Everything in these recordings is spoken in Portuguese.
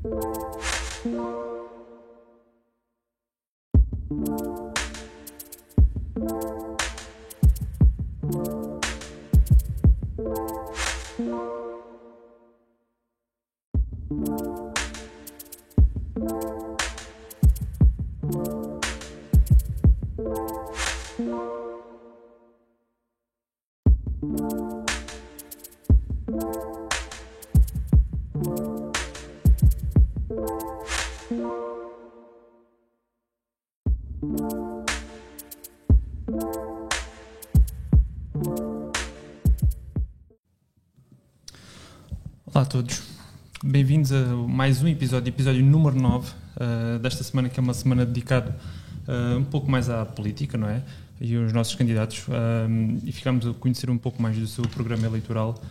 Olá a todos, bem-vindos a mais um episódio número 9 desta semana, que é uma semana dedicada um pouco mais à política, não é? E os nossos candidatos, e ficámos a conhecer um pouco mais do seu programa eleitoral.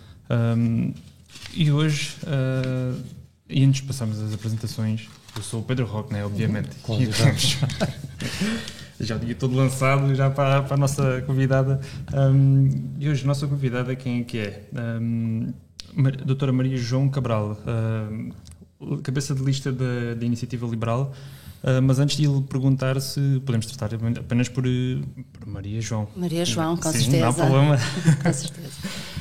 E hoje, e antes de passarmos às apresentações, eu sou o Pedro Roque, né? Obviamente. Claro, Já o dia todo lançado já para a nossa convidada. E hoje a nossa convidada, quem é que é? Doutora Maria João Cabral, cabeça de lista da Iniciativa Liberal. Mas antes de lhe perguntar se podemos tratar apenas por Maria João. Maria João, com Sim, certeza. Não há problema. Com certeza.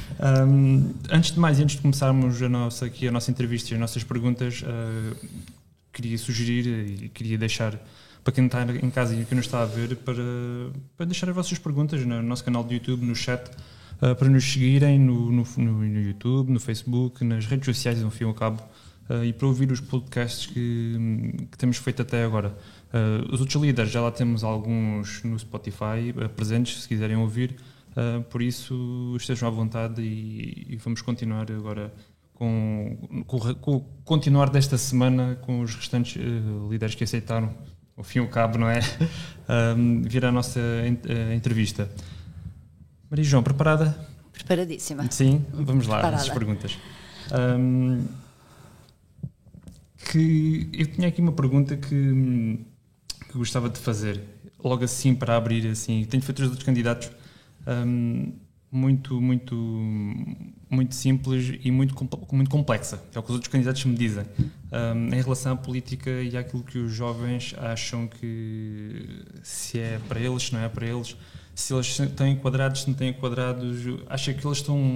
Antes de mais, e antes de começarmos a nossa entrevista e as nossas perguntas, queria sugerir e queria deixar para quem está em casa e quem nos está a ver, para deixar as vossas perguntas no nosso canal de YouTube, no chat, para nos seguirem no YouTube, no Facebook, nas redes sociais, no fim e ao cabo, e para ouvir os podcasts que temos feito até agora. Os outros líderes, já lá temos alguns no Spotify presentes, se quiserem ouvir, por isso estejam à vontade e vamos continuar agora com o continuar desta semana com os restantes líderes que aceitaram, ao fim e ao cabo, não é? Vir à nossa entrevista. Maria João, preparada? Preparadíssima. Sim, vamos lá, Preparada. essas perguntas. Que eu tinha aqui uma pergunta que gostava de fazer, logo assim para abrir, assim, tenho feito os outros candidatos muito simples e muito complexa, que é o que os outros candidatos me dizem, em relação à política e àquilo que os jovens acham que se é para eles, se não é para eles, se eles estão enquadrados, se não estão enquadrados, acha que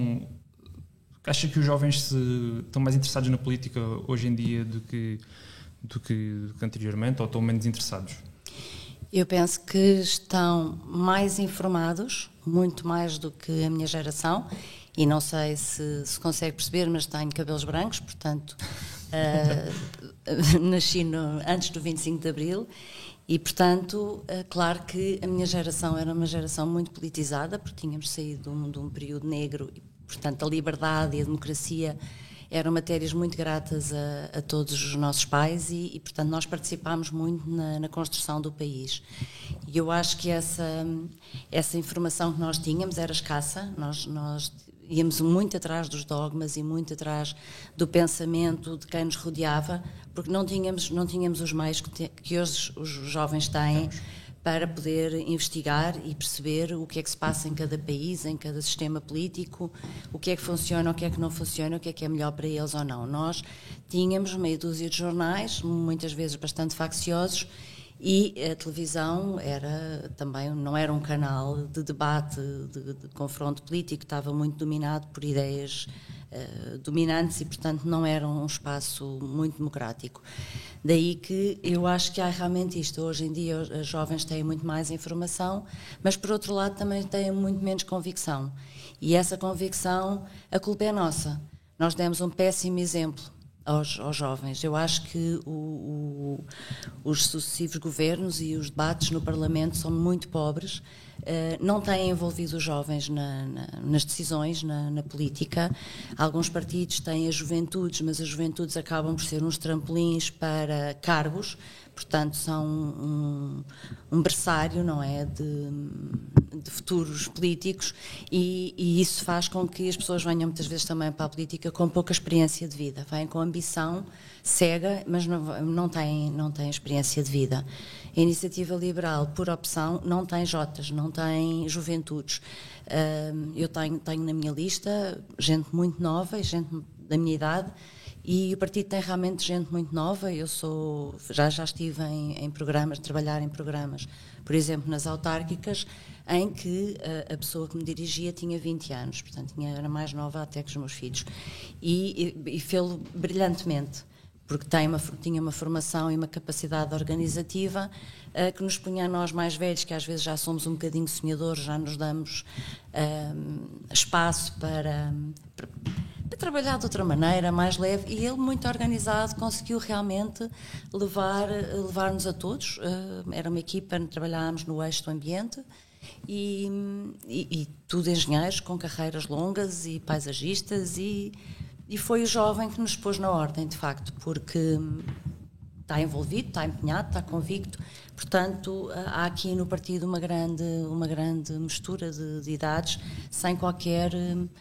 os jovens estão mais interessados na política hoje em dia do que anteriormente, ou estão menos interessados? Eu penso que estão mais informados, muito mais do que a minha geração, e não sei se consegue perceber, mas tenho cabelos brancos, portanto nasci antes do 25 de Abril, e portanto, claro que a minha geração era uma geração muito politizada, porque tínhamos saído de um período negro, e portanto a liberdade e a democracia eram matérias muito gratas a todos os nossos pais e portanto nós participámos muito na construção do país. E eu acho que essa informação que nós tínhamos era escassa, nós íamos muito atrás dos dogmas e muito atrás do pensamento de quem nos rodeava, porque não tínhamos os meios que hoje os jovens têm para poder investigar e perceber o que é que se passa em cada país, em cada sistema político, o que é que funciona, o que é que não funciona, o que é melhor para eles ou não. Nós tínhamos meia dúzia de jornais, muitas vezes bastante facciosos, e a televisão não era um canal de debate, de confronto político, estava muito dominado por ideias dominantes e, portanto, não era um espaço muito democrático. Daí que eu acho que há realmente isto. Hoje em dia os jovens têm muito mais informação, mas, por outro lado, também têm muito menos convicção. E essa convicção, a culpa é nossa. Nós demos um péssimo exemplo aos jovens. Eu acho que os sucessivos governos e os debates no Parlamento são muito pobres, não têm envolvido os jovens nas decisões, na política. Alguns partidos têm as juventudes, mas as juventudes acabam por ser uns trampolins para cargos, portanto são um berçário, não é, de futuros políticos, e isso faz com que as pessoas venham muitas vezes também para a política com pouca experiência de vida, vêm com ambição cega, mas não têm experiência de vida. A Iniciativa Liberal, por opção, não tem jotas, não tem juventudes. Eu tenho na minha lista gente muito nova e gente da minha idade, E o partido tem realmente gente muito nova. Eu já estive em programas, trabalhar em programas, por exemplo, nas autárquicas, em que a pessoa que me dirigia tinha 20 anos, portanto era mais nova até que os meus filhos. E fê-lo brilhantemente, porque tinha uma formação e uma capacidade organizativa que nos punha a nós mais velhos, que às vezes já somos um bocadinho sonhadores, já nos damos espaço para trabalhar de outra maneira, mais leve, e ele, muito organizado, conseguiu realmente levar-nos a todos. Era uma equipa, trabalhávamos no eixo do ambiente, e tudo engenheiros com carreiras longas e paisagistas, e foi o jovem que nos pôs na ordem, de facto, porque está envolvido, está empenhado, está convicto. Portanto, há aqui no partido uma grande mistura de idades, sem qualquer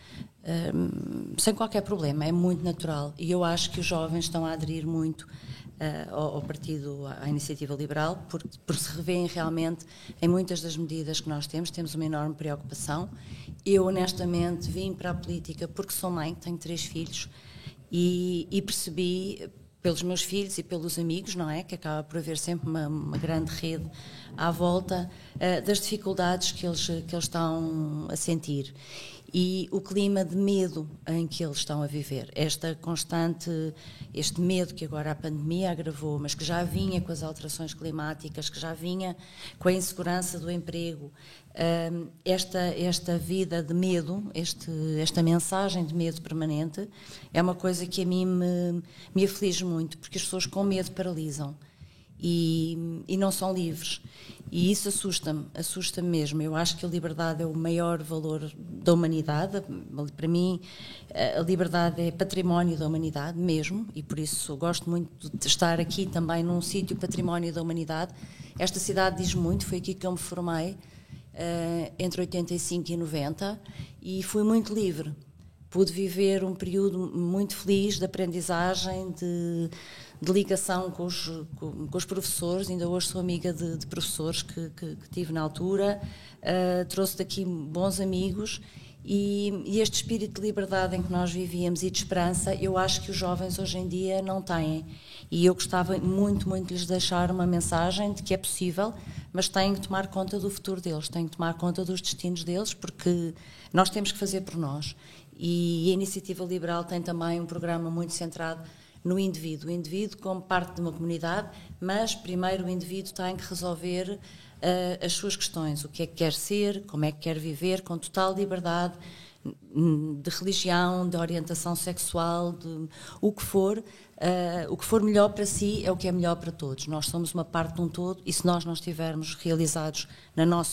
problema, é muito natural. E eu acho que os jovens estão a aderir muito ao partido, à Iniciativa Liberal, porque se revêem realmente em muitas das medidas que nós temos uma enorme preocupação. Eu, honestamente, vim para a política porque sou mãe, tenho 3 filhos, e percebi, pelos meus filhos e pelos amigos, não é? Que acaba por haver sempre uma grande rede à volta, das dificuldades que eles estão a sentir. E o clima de medo em que eles estão a viver, este medo que agora a pandemia agravou, mas que já vinha com as alterações climáticas, que já vinha com a insegurança do emprego, esta vida de medo, esta mensagem de medo permanente, é uma coisa que a mim me aflige muito, porque as pessoas com medo paralisam e não são livres. E isso assusta-me mesmo. Eu acho que a liberdade é o maior valor da humanidade. Para mim, a liberdade é património da humanidade mesmo, e por isso gosto muito de estar aqui também num sítio património da humanidade. Esta cidade diz muito, foi aqui que eu me formei, entre 85 e 90, e fui muito livre. Pude viver um período muito feliz de aprendizagem, de ligação com os professores. Ainda hoje sou amiga de professores que tive na altura. Trouxe daqui bons amigos, e este espírito de liberdade em que nós vivíamos e de esperança, eu acho que os jovens hoje em dia não têm. E eu gostava muito, muito de lhes deixar uma mensagem de que é possível, mas têm que tomar conta do futuro deles, têm que tomar conta dos destinos deles, porque nós temos que fazer por nós. E a Iniciativa Liberal tem também um programa muito centrado no indivíduo. O indivíduo como parte de uma comunidade, mas primeiro o indivíduo tem que resolver as suas questões. O que é que quer ser, como é que quer viver, com total liberdade de religião, de orientação sexual, de o que for melhor para si é o que é melhor para todos. Nós somos uma parte de um todo, e se nós não estivermos realizados na nossa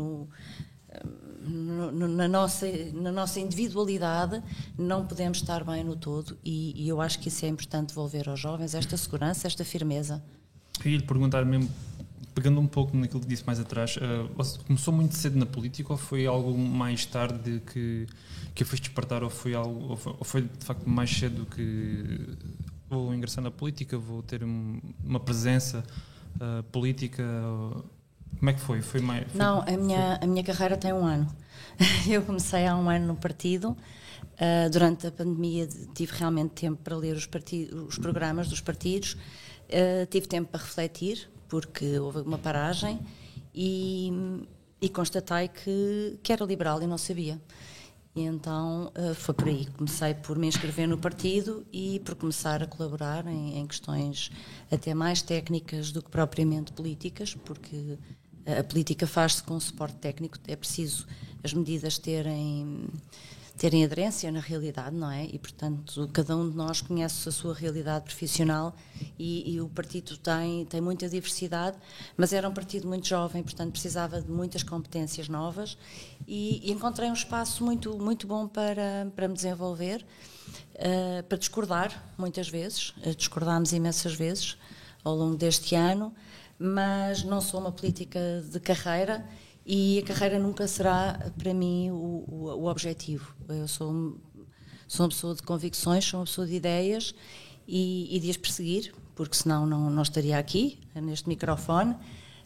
individualidade, não podemos estar bem no todo, e eu acho que isso é importante devolver aos jovens, esta segurança, esta firmeza. Eu ia lhe perguntar mesmo, pegando um pouco naquilo que disse mais atrás, você começou muito cedo na política, ou foi algo mais tarde que a fez despertar, ou foi de facto mais cedo que vou ingressar na política, vou ter uma presença política? Como é que foi? Não, a minha carreira tem 1 ano. Eu comecei há 1 ano no partido. Durante a pandemia tive realmente tempo para ler os programas dos partidos. Tive tempo para refletir, porque houve uma paragem, e constatei que era liberal e não sabia. E então foi por aí. Comecei por me inscrever no partido e por começar a colaborar em questões até mais técnicas do que propriamente políticas, porque a política faz-se com suporte técnico. É preciso as medidas terem aderência na realidade, não é? E, portanto, cada um de nós conhece a sua realidade profissional, e o partido tem muita diversidade, mas era um partido muito jovem, portanto precisava de muitas competências novas, e encontrei um espaço muito, muito bom para me desenvolver, para discordar muitas vezes. Discordámos imensas vezes ao longo deste ano, mas não sou uma política de carreira, e a carreira nunca será para mim o objetivo. Eu sou uma pessoa de convicções, sou uma pessoa de ideias, e de as perseguir, porque senão não estaria aqui, neste microfone.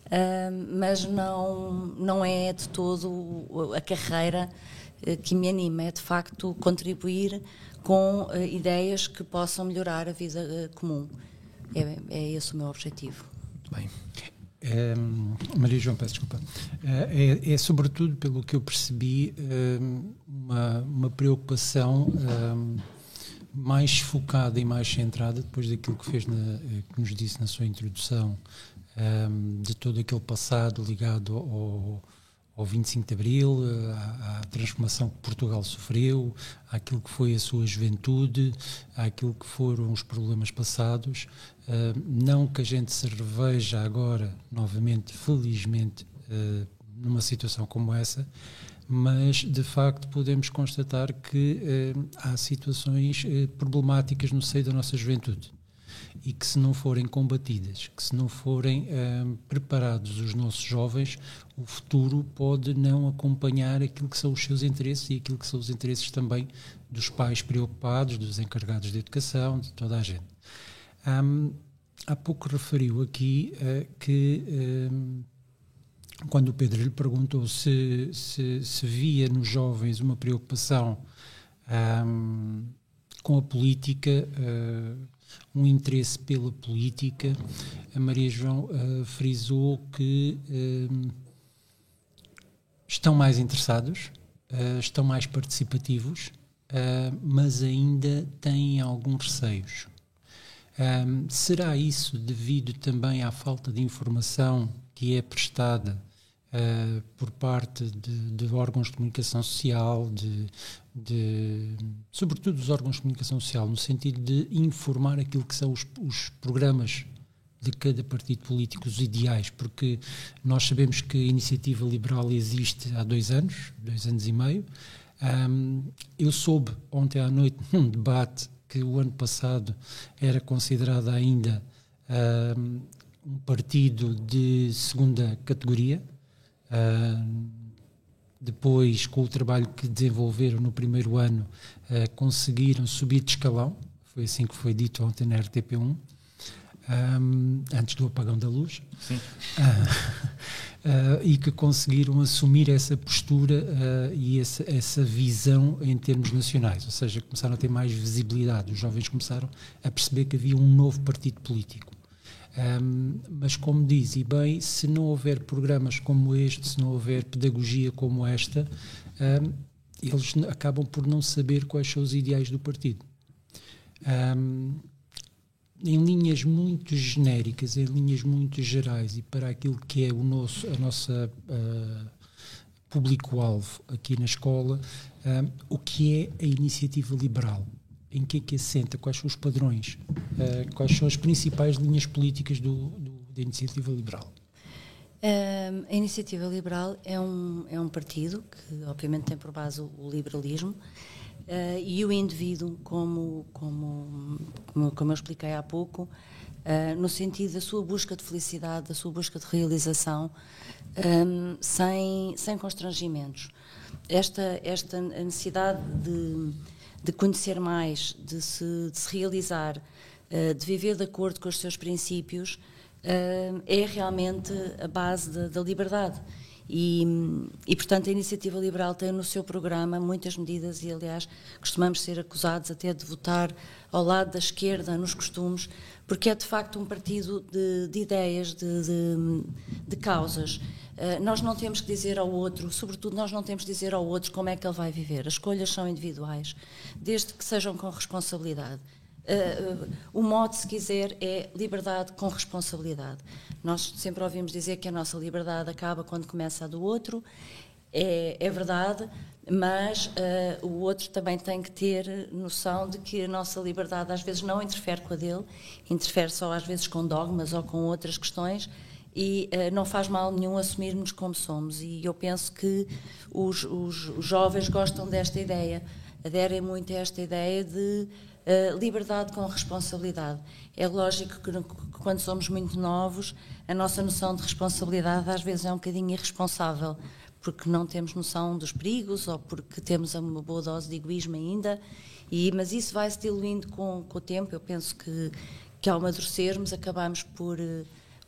mas não é de todo a carreira que me anima, é de facto contribuir com ideias que possam melhorar a vida comum. É esse o meu objetivo. Bem. Maria João, peço desculpa. É sobretudo, pelo que eu percebi, uma preocupação mais focada e mais centrada, depois daquilo que que nos disse na sua introdução, de todo aquele passado ligado ao 25 de Abril, à transformação que Portugal sofreu, àquilo que foi a sua juventude, àquilo que foram os problemas passados. Não que a gente se reveja agora, novamente, felizmente, numa situação como essa, mas, de facto, podemos constatar que há situações problemáticas no seio da nossa juventude e que, se não forem combatidas, que se não forem preparados os nossos jovens, o futuro pode não acompanhar aquilo que são os seus interesses e aquilo que são os interesses também dos pais preocupados, dos encarregados de educação, de toda a gente. Há pouco referiu aqui que quando o Pedro lhe perguntou se via nos jovens uma preocupação com a política, um interesse pela política, a Maria João frisou que estão mais interessados, estão mais participativos, mas ainda têm alguns receios. Será isso devido também à falta de informação que é prestada por parte de órgãos de comunicação social, sobretudo dos órgãos de comunicação social, no sentido de informar aquilo que são os programas de cada partido político, os ideais, porque nós sabemos que a Iniciativa Liberal existe há 2 anos e meio. Eu soube ontem à noite, num debate, que o ano passado era considerado ainda um partido de segunda categoria. Depois, com o trabalho que desenvolveram no primeiro ano, conseguiram subir de escalão. Foi assim que foi dito ontem na RTP1, antes do apagão da luz. Sim. E que conseguiram assumir essa postura e essa visão em termos nacionais, ou seja, começaram a ter mais visibilidade. Os jovens começaram a perceber que havia um novo partido político. Mas, como diz, e bem, se não houver programas como este, se não houver pedagogia como esta, eles acabam por não saber quais são os ideais do partido. Em linhas muito genéricas, em linhas muito gerais, e para aquilo que é a nossa público-alvo aqui na escola, o que é a iniciativa liberal? Em que é que assenta? Quais são os padrões? Quais são as principais linhas políticas da iniciativa liberal? A iniciativa liberal é um partido que, obviamente, tem por base o liberalismo. E o indivíduo, como eu expliquei há pouco, no sentido da sua busca de felicidade, da sua busca de realização, sem constrangimentos. Esta necessidade de conhecer mais, de se realizar, de viver de acordo com os seus princípios, é realmente a base da liberdade. E, portanto, a Iniciativa Liberal tem no seu programa muitas medidas e, aliás, costumamos ser acusados até de votar ao lado da esquerda nos costumes, porque é, de facto, um partido de ideias, de causas. Nós não temos que dizer ao outro, sobretudo nós não temos que dizer ao outro como é que ele vai viver. As escolhas são individuais, desde que sejam com responsabilidade. O mote, se quiser, é liberdade com responsabilidade. Nós sempre ouvimos dizer que a nossa liberdade acaba quando começa a do outro. É verdade, mas o outro também tem que ter noção de que a nossa liberdade às vezes não interfere com a dele, interfere só às vezes com dogmas ou com outras questões, e não faz mal nenhum assumirmos como somos. E eu penso que os jovens gostam desta ideia, aderem muito a esta ideia de liberdade com responsabilidade. É lógico que quando somos muito novos, a nossa noção de responsabilidade às vezes é um bocadinho irresponsável, porque não temos noção dos perigos ou porque temos uma boa dose de egoísmo ainda, mas isso vai se diluindo com o tempo. Eu penso que ao amadurecermos acabamos por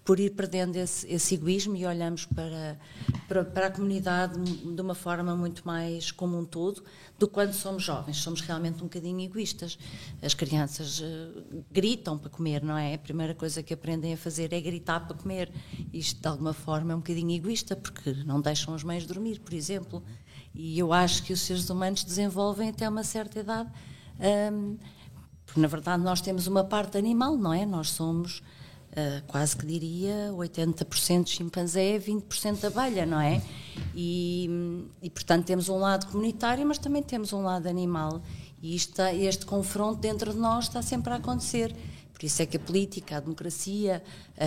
por ir perdendo esse egoísmo e olhamos para a comunidade de uma forma muito mais como um todo do que quando somos jovens. Somos realmente um bocadinho egoístas. As crianças gritam para comer, não é? A primeira coisa que aprendem a fazer é gritar para comer. Isto, de alguma forma, é um bocadinho egoísta, porque não deixam os mães dormir, por exemplo. E eu acho que os seres humanos desenvolvem até uma certa idade, porque, na verdade, nós temos uma parte animal, não é? Nós somos... quase que diria 80% chimpanzé, 20% abelha, não é? E, portanto, temos um lado comunitário, mas também temos um lado animal. E este confronto dentro de nós está sempre a acontecer. Por isso é que a política, a democracia,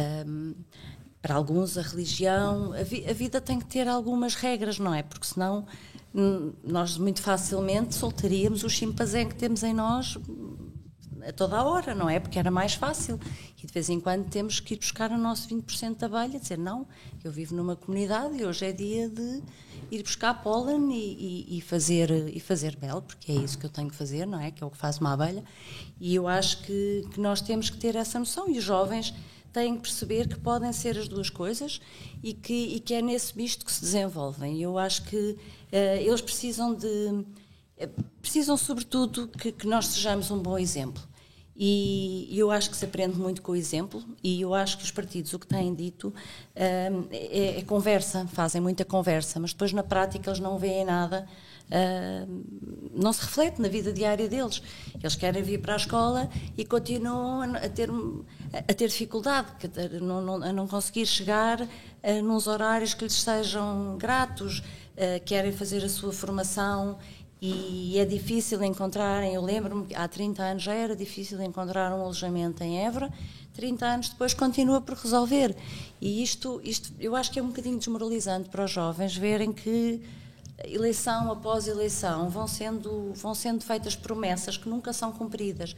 para alguns a religião, a vida tem que ter algumas regras, não é? Porque senão nós muito facilmente soltaríamos o chimpanzé que temos em nós a toda a hora, não é? Porque era mais fácil. E de vez em quando temos que ir buscar o nosso 20% de abelha, dizer, não, eu vivo numa comunidade e hoje é dia de ir buscar pólen e fazer mel, porque é isso que eu tenho que fazer, não é? Que é o que faz uma abelha. E eu acho que nós temos que ter essa noção, e os jovens têm que perceber que podem ser as duas coisas e que é nesse misto que se desenvolvem. Eu acho que eles precisam sobretudo que nós sejamos um bom exemplo. E eu acho que se aprende muito com o exemplo, e eu acho que os partidos o que têm dito é conversa, fazem muita conversa, mas depois na prática eles não veem nada, não se reflete na vida diária deles. Eles querem vir para a escola e continuam a ter dificuldade, a não conseguir chegar nos horários que lhes sejam gratos, querem fazer a sua formação. E é difícil encontrarem, eu lembro-me que há 30 anos já era difícil encontrar um alojamento em Évora, 30 anos depois continua por resolver. E isto eu acho que é um bocadinho desmoralizante para os jovens verem que eleição após eleição vão sendo feitas promessas que nunca são cumpridas.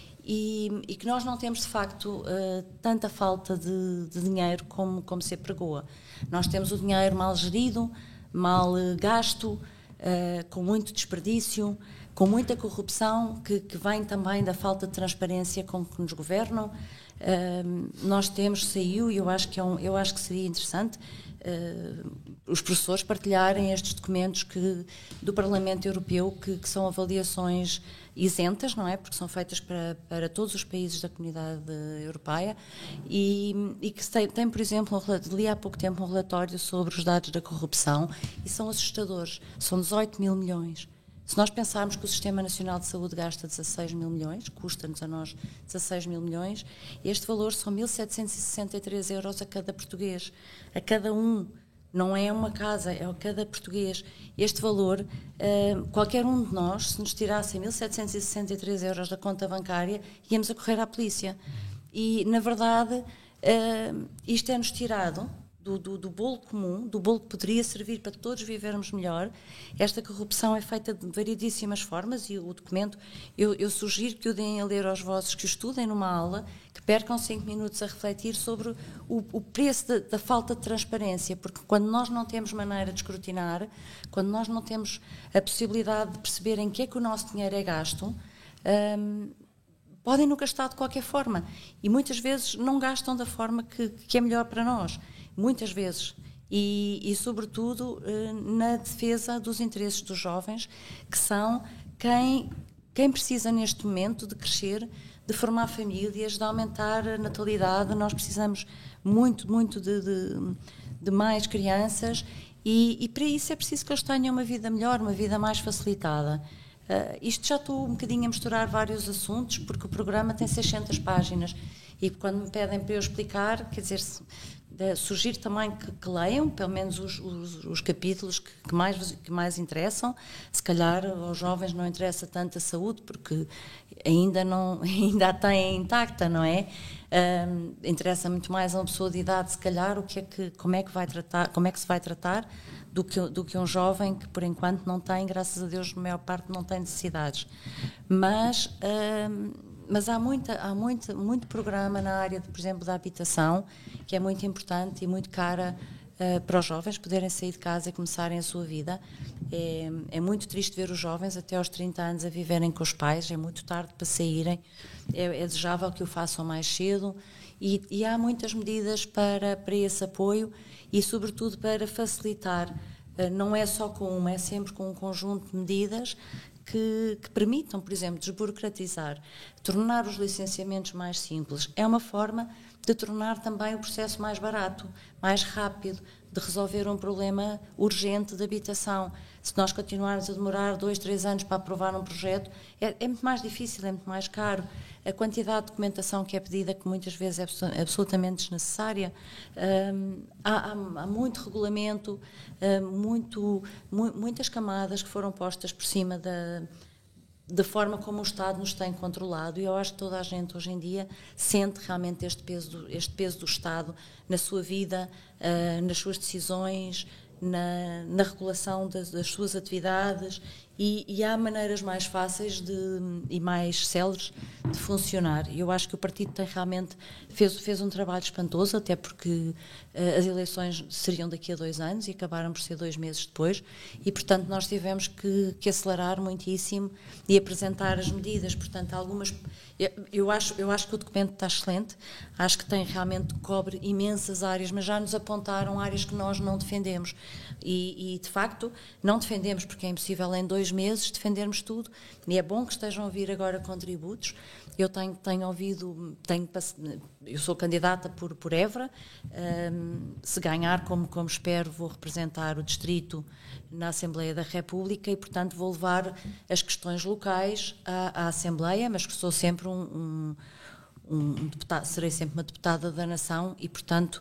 E que nós não temos, de facto, tanta falta de dinheiro como se apregoa. Nós temos o dinheiro mal gerido, mal gasto, com muito desperdício, com muita corrupção, que vem também da falta de transparência com que nos governam. Nós saiu, e eu acho que seria interessante os professores partilharem estes documentos do Parlamento Europeu, que são avaliações isentas, não é? Porque são feitas para todos os países da comunidade europeia e que tem, por exemplo, li há pouco tempo um relatório sobre os dados da corrupção e são assustadores. São 18 mil milhões. Se nós pensarmos que o Sistema Nacional de Saúde gasta 16 mil milhões, custa-nos a nós 16 mil milhões, este valor são 1.763 euros a cada português, a cada um. Não é uma casa, é a cada português. Este valor, qualquer um de nós, se nos tirassem 1.763 euros da conta bancária, íamos a correr à polícia. E, na verdade, isto é-nos tirado do bolo comum, do bolo que poderia servir para todos vivermos melhor. Esta corrupção é feita de variedíssimas formas e o documento, eu sugiro que o deem a ler aos vossos, que o estudem numa aula, que percam 5 minutos a refletir sobre o preço da falta de transparência, porque quando nós não temos maneira de escrutinar, quando nós não temos a possibilidade de perceber em que é que o nosso dinheiro é gasto, podem no gastar de qualquer forma e muitas vezes não gastam da forma que é melhor para nós. Muitas vezes, e sobretudo na defesa dos interesses dos jovens, que são quem precisa neste momento de crescer, de formar famílias, de aumentar a natalidade. Nós precisamos muito, muito de mais crianças e para isso é preciso que eles tenham uma vida melhor, uma vida mais facilitada. Isto já estou um bocadinho a misturar vários assuntos, porque o programa tem 600 páginas e quando me pedem para eu explicar, quer dizer, sugiro também que leiam pelo menos os capítulos que mais interessam. Se calhar aos jovens não interessa tanto a saúde porque ainda a têm intacta, não é? Interessa muito mais a uma pessoa de idade, se calhar, como é que se vai tratar do que um jovem que por enquanto não tem, graças a Deus, a maior parte não tem necessidades. Mas há muito programa na área, por exemplo, da habitação, que é muito importante e muito cara para os jovens poderem sair de casa e começarem a sua vida. É muito triste ver os jovens até aos 30 anos a viverem com os pais, é muito tarde para saírem, é desejável que o façam mais cedo e há muitas medidas para esse apoio e sobretudo para facilitar, não é só com uma, é sempre com um conjunto de medidas que permitam, por exemplo, desburocratizar, tornar os licenciamentos mais simples. É uma forma de tornar também o processo mais barato, mais rápido, de resolver um problema urgente de habitação. Se nós continuarmos a demorar 2, 3 anos para aprovar um projeto, é muito mais difícil, é muito mais caro. A quantidade de documentação que é pedida, que muitas vezes é absolutamente desnecessária, há muito regulamento, muitas camadas que foram postas por cima da forma como o Estado nos tem controlado, e eu acho que toda a gente hoje em dia sente realmente este peso do Estado na sua vida, nas suas decisões, na regulação das suas atividades, e há maneiras mais fáceis e mais céleres de funcionar. Eu acho que o partido realmente fez um trabalho espantoso, até porque as eleições seriam daqui a 2 anos e acabaram por ser 2 meses depois, e portanto nós tivemos que acelerar muitíssimo e apresentar as medidas. Portanto, algumas... Eu acho que o documento está excelente, acho que realmente cobre imensas áreas, mas já nos apontaram áreas que nós não defendemos e de facto não defendemos, porque é impossível em 2 meses defendermos tudo, e é bom que estejam a vir agora contributos. Eu tenho ouvido, eu sou candidata por Évora, se ganhar, como espero, vou representar o distrito na Assembleia da República e, portanto, vou levar as questões locais à Assembleia, mas que sou sempre um deputado, serei sempre uma deputada da nação e, portanto,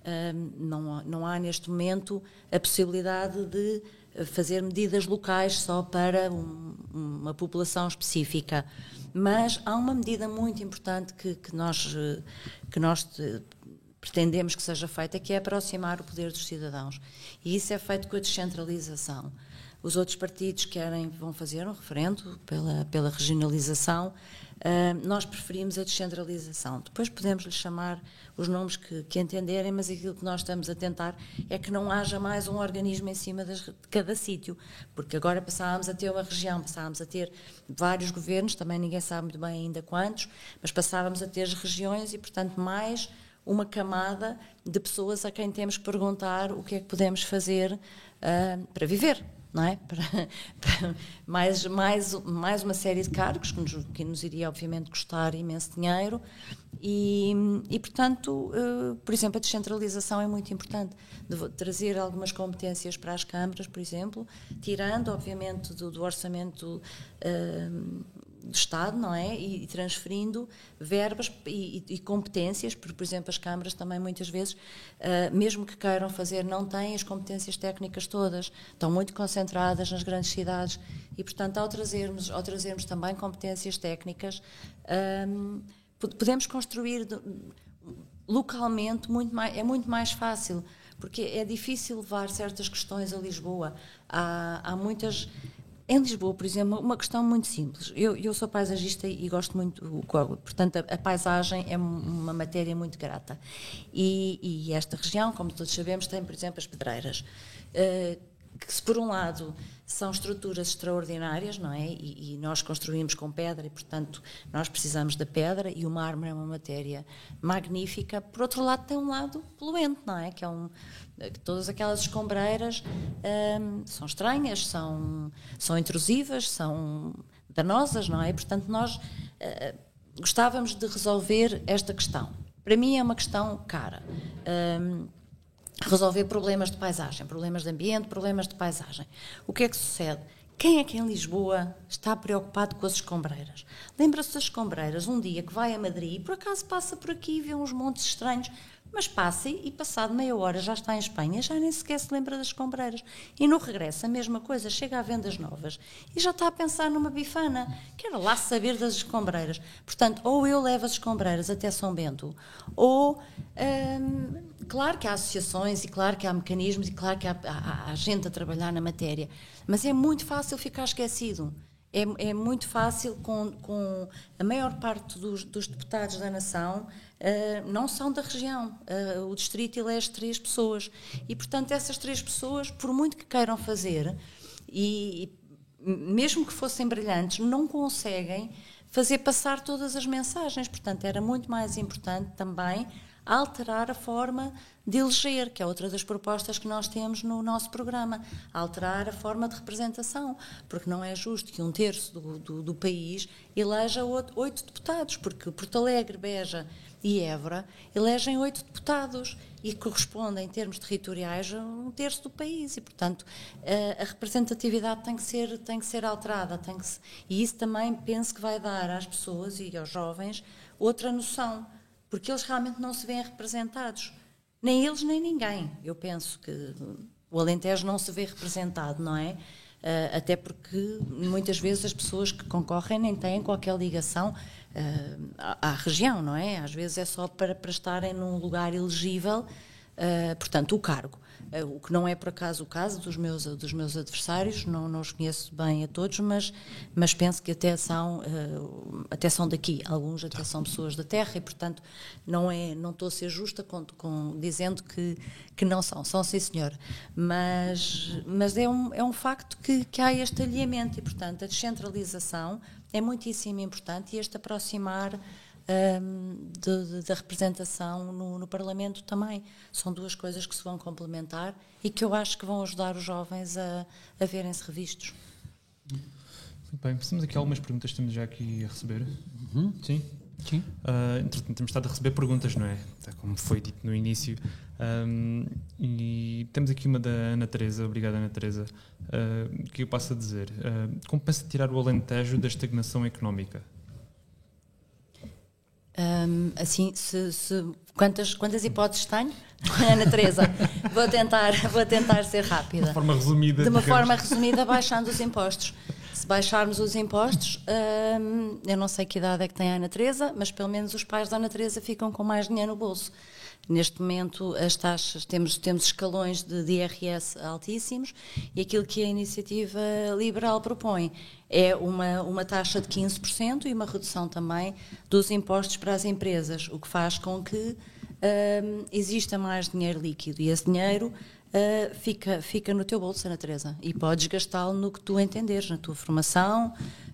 não há neste momento a possibilidade de fazer medidas locais só para uma população específica. Mas há uma medida muito importante que nós pretendemos que seja feita, que é aproximar o poder dos cidadãos. E isso é feito com a descentralização. Os outros partidos vão fazer um referendo pela regionalização. Nós preferimos a descentralização. Depois podemos lhe chamar os nomes que entenderem, mas aquilo que nós estamos a tentar é que não haja mais um organismo em cima de cada sítio, porque agora passávamos a ter uma região, passávamos a ter vários governos, também ninguém sabe muito bem ainda quantos, mas passávamos a ter as regiões e, portanto, mais uma camada de pessoas a quem temos que perguntar o que é que podemos fazer para viver. Não é? Mais uma série de cargos que nos iria, obviamente, custar imenso dinheiro e portanto, por exemplo, a descentralização é muito importante, de trazer algumas competências para as câmaras, por exemplo, tirando, obviamente, do orçamento do Estado, não é? E transferindo verbas e competências, porque, por exemplo, as câmaras também muitas vezes, mesmo que queiram fazer, não têm as competências técnicas todas, estão muito concentradas nas grandes cidades e, portanto, ao trazermos também competências técnicas, podemos construir localmente é muito mais fácil, porque é difícil levar certas questões a Lisboa. Há muitas... Em Lisboa, por exemplo, uma questão muito simples. Eu sou paisagista e gosto muito, portanto, a paisagem é uma matéria muito grata. E esta região, como todos sabemos, tem, por exemplo, as pedreiras, que se por um lado são estruturas extraordinárias, não é? E nós construímos com pedra e, portanto, nós precisamos da pedra e o mármore é uma matéria magnífica. Por outro lado, tem um lado poluente, não é? Que todas aquelas escombreiras são estranhas, são intrusivas, são danosas, não é? E, portanto, nós gostávamos de resolver esta questão. Para mim é uma questão cara. Resolver problemas de paisagem, problemas de ambiente, problemas de paisagem. O que é que sucede? Quem é que em Lisboa está preocupado com as escombreiras? Lembra-se das escombreiras um dia que vai a Madrid e por acaso passa por aqui e vê uns montes estranhos, mas passa e passado meia hora já está em Espanha, já nem sequer se lembra das escombreiras. E no regresso a mesma coisa, chega a vendas novas e já está a pensar numa bifana, quer lá saber das escombreiras. Portanto, ou eu levo as escombreiras até São Bento, ou... claro que há associações e claro que há mecanismos e claro que há gente a trabalhar na matéria, mas é muito fácil ficar esquecido. é muito fácil, com a maior parte dos deputados da nação não são da região. O distrito elege 3 pessoas e, portanto, essas 3 pessoas, por muito que queiram fazer, e mesmo que fossem brilhantes, não conseguem fazer passar todas as mensagens. Portanto, era muito mais importante também alterar a forma de eleger, que é outra das propostas que nós temos no nosso programa, alterar a forma de representação, porque não é justo que 1/3 do país eleja 8 deputados, porque Porto Alegre, Beja e Évora elegem 8 deputados e correspondem, em termos territoriais, a 1/3 do país, e, portanto, a representatividade tem que ser alterada, e isso também penso que vai dar às pessoas e aos jovens outra noção, porque eles realmente não se veem representados, nem eles nem ninguém. Eu penso que o Alentejo não se vê representado, não é? Até porque muitas vezes as pessoas que concorrem nem têm qualquer ligação à região, não é? Às vezes é só para estarem num lugar elegível, portanto, o cargo. O que não é por acaso o caso dos meus adversários, não os conheço bem a todos, mas penso que até são daqui, alguns até são pessoas da terra, e, portanto, não estou a ser justa dizendo que não são sim senhora, mas é um facto que há este alinhamento, e, portanto, a descentralização é muitíssimo importante, e este aproximar da representação no Parlamento também. São 2 coisas que se vão complementar e que eu acho que vão ajudar os jovens a verem-se revistos. Muito bem, temos aqui algumas perguntas que estamos já aqui a receber. Sim? Sim. Entretanto, temos estado a receber perguntas, não é? Como foi dito no início. E temos aqui uma da Ana Teresa. Obrigada, Ana Teresa. Que eu passo a dizer. Como pensa tirar o Alentejo da estagnação económica? Assim, quantas hipóteses tenho? Ana Teresa, vou tentar ser rápida. De forma resumida. De uma forma resumida, baixando os impostos. Se baixarmos os impostos, eu não sei que idade é que tem a Ana Teresa, mas pelo menos os pais da Ana Teresa ficam com mais dinheiro no bolso. Neste momento, as taxas, temos escalões de IRS altíssimos, e aquilo que a iniciativa liberal propõe é uma taxa de 15% e uma redução também dos impostos para as empresas, o que faz com que exista mais dinheiro líquido, e esse dinheiro fica no teu bolso, Ana Teresa, e podes gastá-lo no que tu entenderes, na tua formação,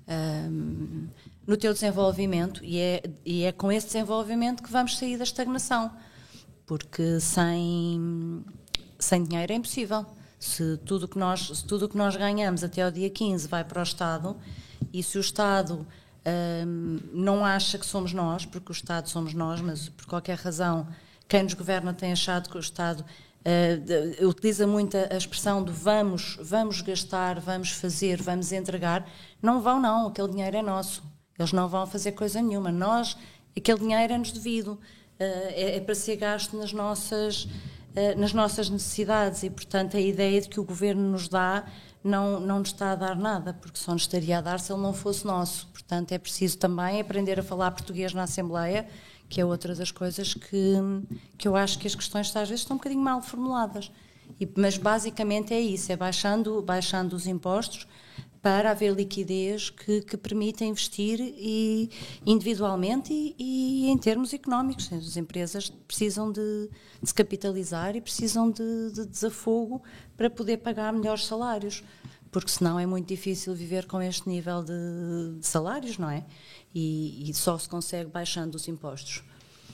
no teu desenvolvimento, e é com esse desenvolvimento que vamos sair da estagnação. Porque sem dinheiro é impossível. Se tudo o que nós ganhamos até ao dia 15 vai para o Estado, e se o Estado não acha que somos nós, porque o Estado somos nós, mas por qualquer razão quem nos governa tem achado que o Estado utiliza muito a expressão de vamos gastar, vamos fazer, vamos entregar. Não vão, não, aquele dinheiro é nosso. Eles não vão fazer coisa nenhuma. Aquele dinheiro é-nos devido. É para ser gasto nas nossas necessidades, e, portanto, a ideia de que o Governo nos dá não nos está a dar nada, porque só nos estaria a dar se ele não fosse nosso. Portanto, é preciso também aprender a falar português na Assembleia, que é outra das coisas que eu acho que as questões às vezes estão um bocadinho mal formuladas. Mas basicamente é isso, é baixando os impostos para haver liquidez que permita investir individualmente e em termos económicos. As empresas precisam de se capitalizar e precisam de desafogo para poder pagar melhores salários, porque senão é muito difícil viver com este nível de salários, não é? E só se consegue baixando os impostos.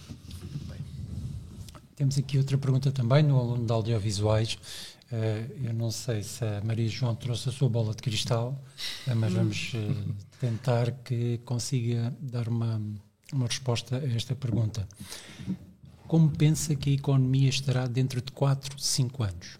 Temos aqui outra pergunta também, no aluno de audiovisuais. Eu não sei se a Maria João trouxe a sua bola de cristal, mas vamos tentar que consiga dar uma resposta a esta pergunta. Como pensa que a economia estará dentro de 4, 5 anos?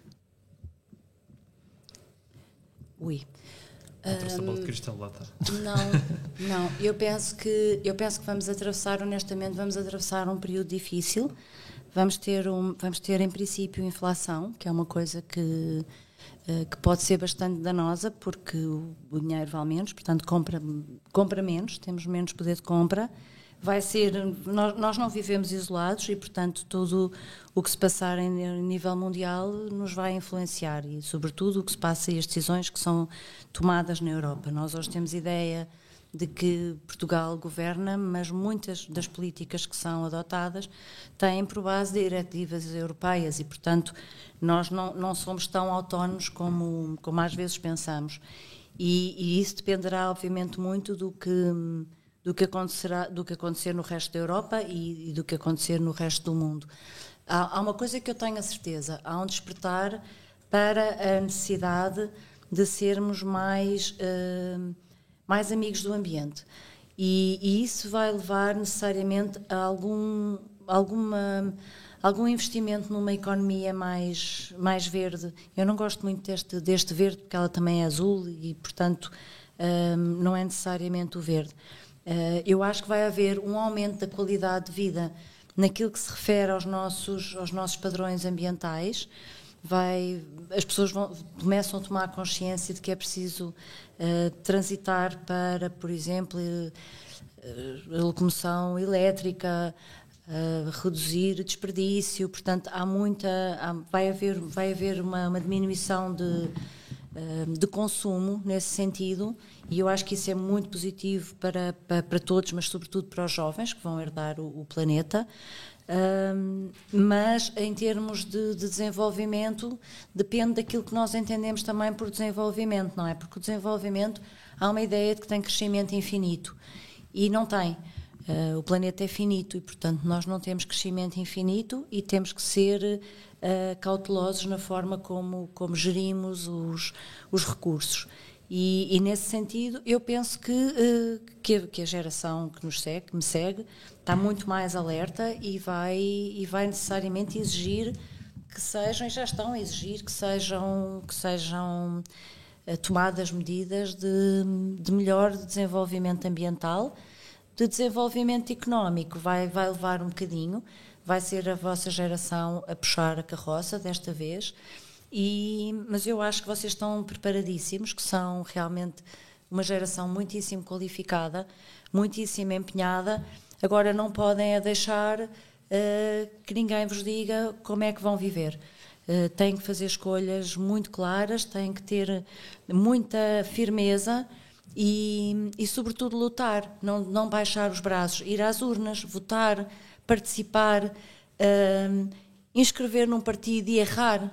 Ui. Trouxe a bola de cristal, lá está. Não. Eu penso que vamos atravessar um período difícil. Vamos ter, em princípio, inflação, que é uma coisa que pode ser bastante danosa, porque o dinheiro vale menos, portanto compra menos, temos menos poder de compra. vai ser, nós não vivemos isolados e, portanto, tudo o que se passar em nível mundial nos vai influenciar e, sobretudo, o que se passa e as decisões que são tomadas na Europa. Nós hoje temos ideia de que Portugal governa, mas muitas das políticas que são adotadas têm por base diretivas europeias e, portanto, nós não somos tão autónomos como às vezes pensamos. E isso dependerá, obviamente, muito do que acontecer no resto da Europa e do que acontecer no resto do mundo. Há uma coisa que eu tenho a certeza, há um despertar para a necessidade de sermos mais amigos do ambiente. E isso vai levar necessariamente a algum investimento numa economia mais verde. Eu não gosto muito deste verde, porque ela também é azul e, portanto, não é necessariamente o verde. Eu acho que vai haver um aumento da qualidade de vida naquilo que se refere aos nossos padrões ambientais. As pessoas começam a tomar consciência de que é preciso transitar para, por exemplo, a locomoção elétrica, reduzir desperdício. Portanto, vai haver uma diminuição de consumo nesse sentido, e eu acho que isso é muito positivo para todos, mas sobretudo para os jovens que vão herdar o planeta. Mas em termos de desenvolvimento depende daquilo que nós entendemos também por desenvolvimento, não é? Porque o desenvolvimento, há uma ideia de que tem crescimento infinito e não tem. O planeta é finito e, portanto, nós não temos crescimento infinito e temos que ser cautelosos na forma como gerimos os recursos. E nesse sentido, eu penso que a geração que me segue, está muito mais alerta e vai necessariamente exigir que sejam, e já estão a exigir, que sejam tomadas medidas de melhor desenvolvimento ambiental. De desenvolvimento económico vai levar um bocadinho, vai ser a vossa geração a puxar a carroça desta vez, mas eu acho que vocês estão preparadíssimos, que são realmente uma geração muitíssimo qualificada, muitíssimo empenhada. Agora não podem deixar que ninguém vos diga como é que vão viver. Têm que fazer escolhas muito claras, têm que ter muita firmeza e sobretudo lutar, não baixar os braços, ir às urnas, votar, participar, inscrever num partido e errar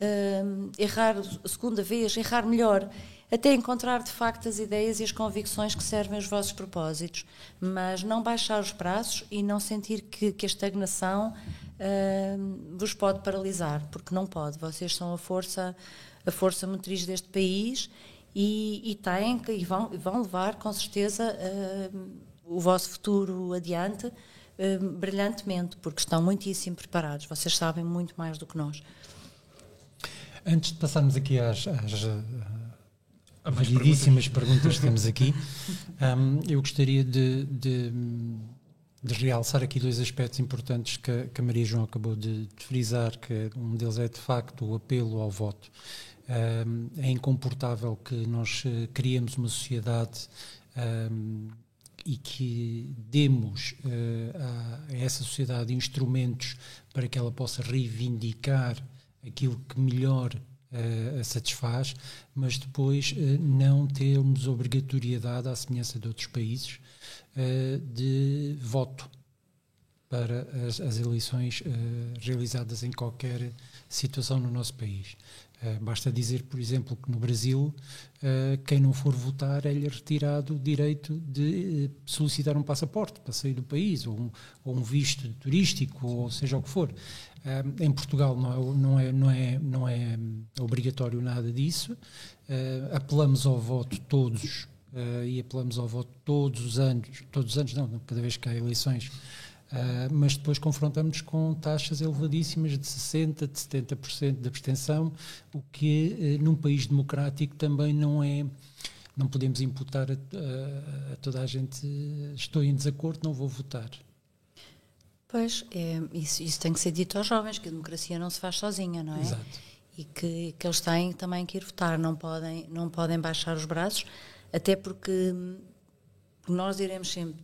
a segunda vez, errar melhor, até encontrar de facto as ideias e as convicções que servem aos vossos propósitos, mas não baixar os braços e não sentir que a estagnação vos pode paralisar, porque não pode. Vocês são a força motriz deste país e vão levar com certeza o vosso futuro adiante brilhantemente, porque estão muitíssimo preparados. Vocês sabem muito mais do que nós. Antes de passarmos aqui às variedíssimas perguntas que temos aqui, eu gostaria de realçar aqui dois aspectos importantes que a Maria João acabou de frisar, que um deles é de facto o apelo ao voto. É incomportável que nós criemos uma sociedade e que demos a essa sociedade instrumentos para que ela possa reivindicar aquilo que melhor a satisfaz, mas depois não termos obrigatoriedade, à semelhança de outros países, de voto para as eleições realizadas em qualquer situação no nosso país. Basta dizer, por exemplo, que no Brasil, quem não for votar é-lhe retirado o direito de solicitar um passaporte para sair do país, ou um visto turístico, ou seja o que for. Em Portugal não é obrigatório nada disso. Apelamos ao voto todos, e apelamos ao voto todos os anos não, cada vez que há eleições, mas depois confrontamos-nos com taxas elevadíssimas de 60%, de 70% de abstenção, o que num país democrático também não podemos imputar a toda a gente: estou em desacordo, não vou votar. Pois, isso tem que ser dito aos jovens, que a democracia não se faz sozinha, não é? Exato. E que eles têm também que ir votar, não podem baixar os braços, até porque nós iremos sempre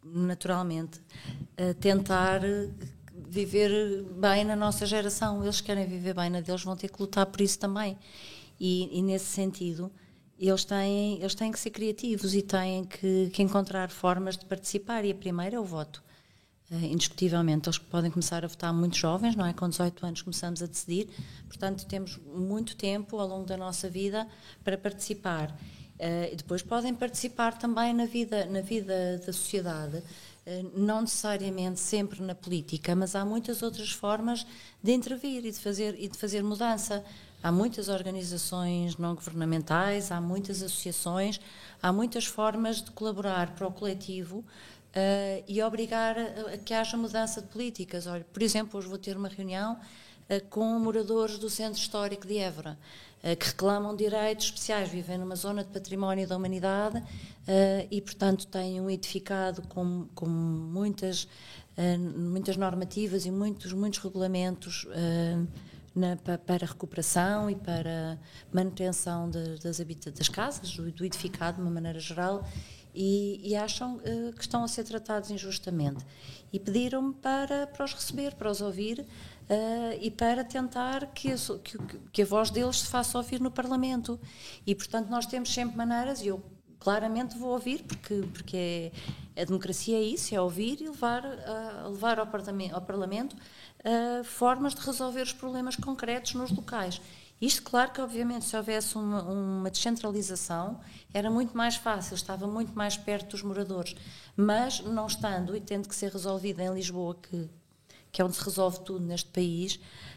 naturalmente, tentar viver bem na nossa geração. Eles querem viver bem na deles, vão ter que lutar por isso também. E nesse sentido, eles têm que ser criativos e têm que encontrar formas de participar. E a primeira é o voto. Indiscutivelmente, eles podem começar a votar muito jovens, não é? Com 18 anos começamos a decidir. Portanto, temos muito tempo ao longo da nossa vida para participar. E depois podem participar também na vida da sociedade. Não necessariamente sempre na política, mas há muitas outras formas de intervir e de fazer mudança. Há muitas organizações não governamentais, há muitas associações, há muitas formas de colaborar para o coletivo e obrigar a que haja mudança de políticas. Olha, por exemplo, hoje vou ter uma reunião com moradores do Centro Histórico de Évora, que reclamam direitos especiais, vivem numa zona de património da humanidade e, portanto, têm um edificado com muitas normativas e muitos regulamentos para recuperação e para manutenção das casas, do edificado, de uma maneira geral, e acham que estão a ser tratados injustamente. E pediram-me para os receber, para os ouvir, e para tentar que a voz deles se faça ouvir no Parlamento. E, portanto, nós temos sempre maneiras, e eu claramente vou ouvir, porque a democracia é isso, é ouvir e levar ao Parlamento formas de resolver os problemas concretos nos locais. Isto, claro que, obviamente, se houvesse uma descentralização, era muito mais fácil, estava muito mais perto dos moradores. Mas, não estando e tendo que ser resolvida em Lisboa, que é onde se resolve tudo neste país,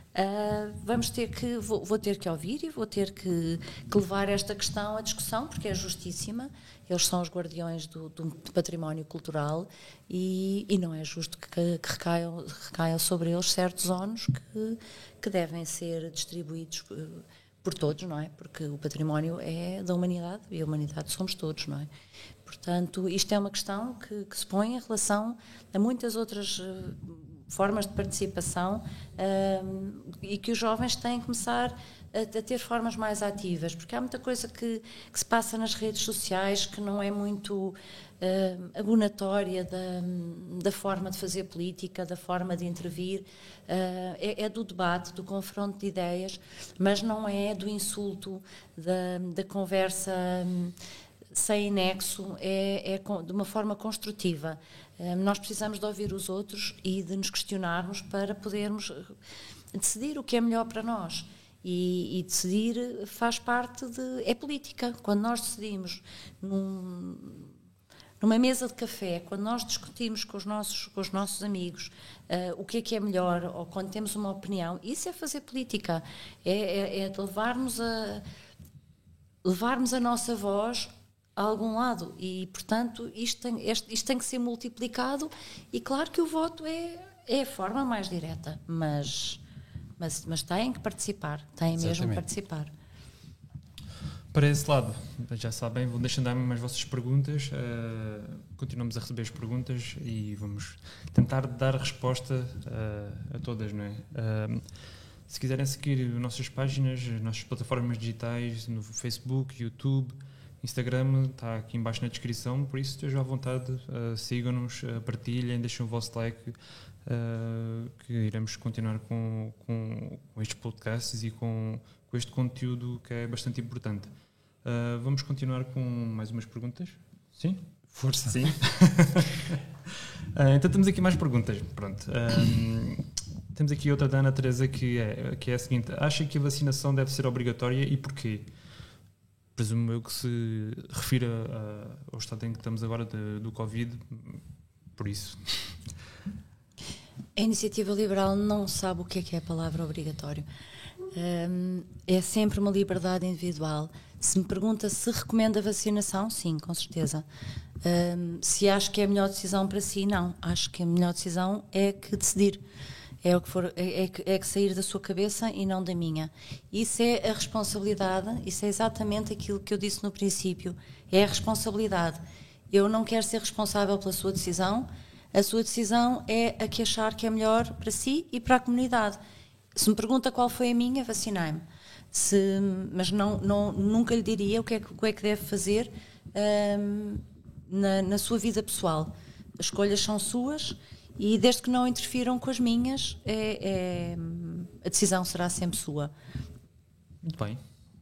vou ter que ouvir e vou ter que levar esta questão à discussão, porque é justíssima. Eles são os guardiões do património cultural e não é justo que recaiam sobre eles certos ónus que devem ser distribuídos por todos, não é? Porque o património é da humanidade e a humanidade somos todos, não é? Portanto, isto é uma questão que se põe em relação a muitas outras formas de participação e que os jovens têm que começar a ter formas mais ativas, porque há muita coisa que se passa nas redes sociais que não é muito abonatória da forma de fazer política, da forma de intervir, é do debate, do confronto de ideias, mas não é do insulto, da conversa sem nexo, é de uma forma construtiva. Nós precisamos de ouvir os outros e de nos questionarmos para podermos decidir o que é melhor para nós. E decidir faz parte é política. Quando nós decidimos numa mesa de café, quando nós discutimos com os nossos amigos o que é melhor, ou quando temos uma opinião, isso é fazer política. É levarmos a nossa voz a algum lado e, portanto, isto tem que ser multiplicado e claro que o voto é a forma mais direta, mas têm que participar, têm mesmo que participar. Para esse lado, já sabem, vou deixando as vossas perguntas, continuamos a receber as perguntas e vamos tentar dar resposta a todas, não é? Se quiserem seguir as nossas páginas, as nossas plataformas digitais, no Facebook, YouTube, Instagram, está aqui embaixo na descrição, por isso estejam à vontade, sigam-nos, partilhem, deixem o vosso like, que iremos continuar com estes podcasts e com este conteúdo que é bastante importante. Vamos continuar com mais umas perguntas? Sim? Força! Sim. Então temos aqui mais perguntas. Pronto. Temos aqui outra da Ana Teresa que é a seguinte: acha que a vacinação deve ser obrigatória e porquê? Presumo eu que se refira ao estado em que estamos agora do Covid, por isso. A Iniciativa Liberal não sabe o que é a palavra obrigatório. É sempre uma liberdade individual. Se me pergunta se recomenda a vacinação, sim, com certeza. Se acho que é a melhor decisão para si, não. Acho que a melhor decisão é que decidir. É o que for, é que sair da sua cabeça e não da minha. Isso é a responsabilidade, isso é exatamente aquilo que eu disse no princípio. É a responsabilidade. Eu não quero ser responsável pela sua decisão. A sua decisão é a que achar que é melhor para si e para a comunidade. Se me pergunta qual foi a minha, vacinei-me. Mas nunca lhe diria o que é que deve fazer na sua vida pessoal. as escolhas são suas e desde que não interfiram com as minhas, a decisão será sempre sua. Muito bem.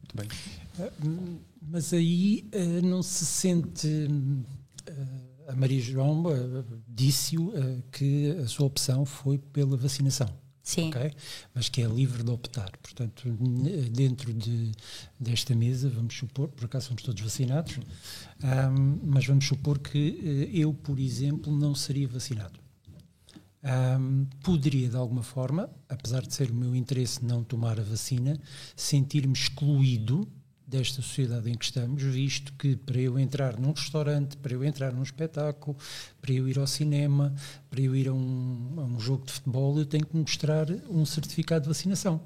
Mas aí não se sente... A Maria João disse-o que a sua opção foi pela vacinação. Sim. Okay? Mas que é livre de optar. Portanto, dentro desta mesa, vamos supor, por acaso somos todos vacinados, mas vamos supor que eu, por exemplo, não seria vacinado. Poderia, de alguma forma, apesar de ser o meu interesse não tomar a vacina, sentir-me excluído desta sociedade em que estamos, visto que para eu entrar num restaurante, para eu entrar num espetáculo, para eu ir ao cinema, para eu ir a um jogo de futebol, eu tenho que mostrar um certificado de vacinação.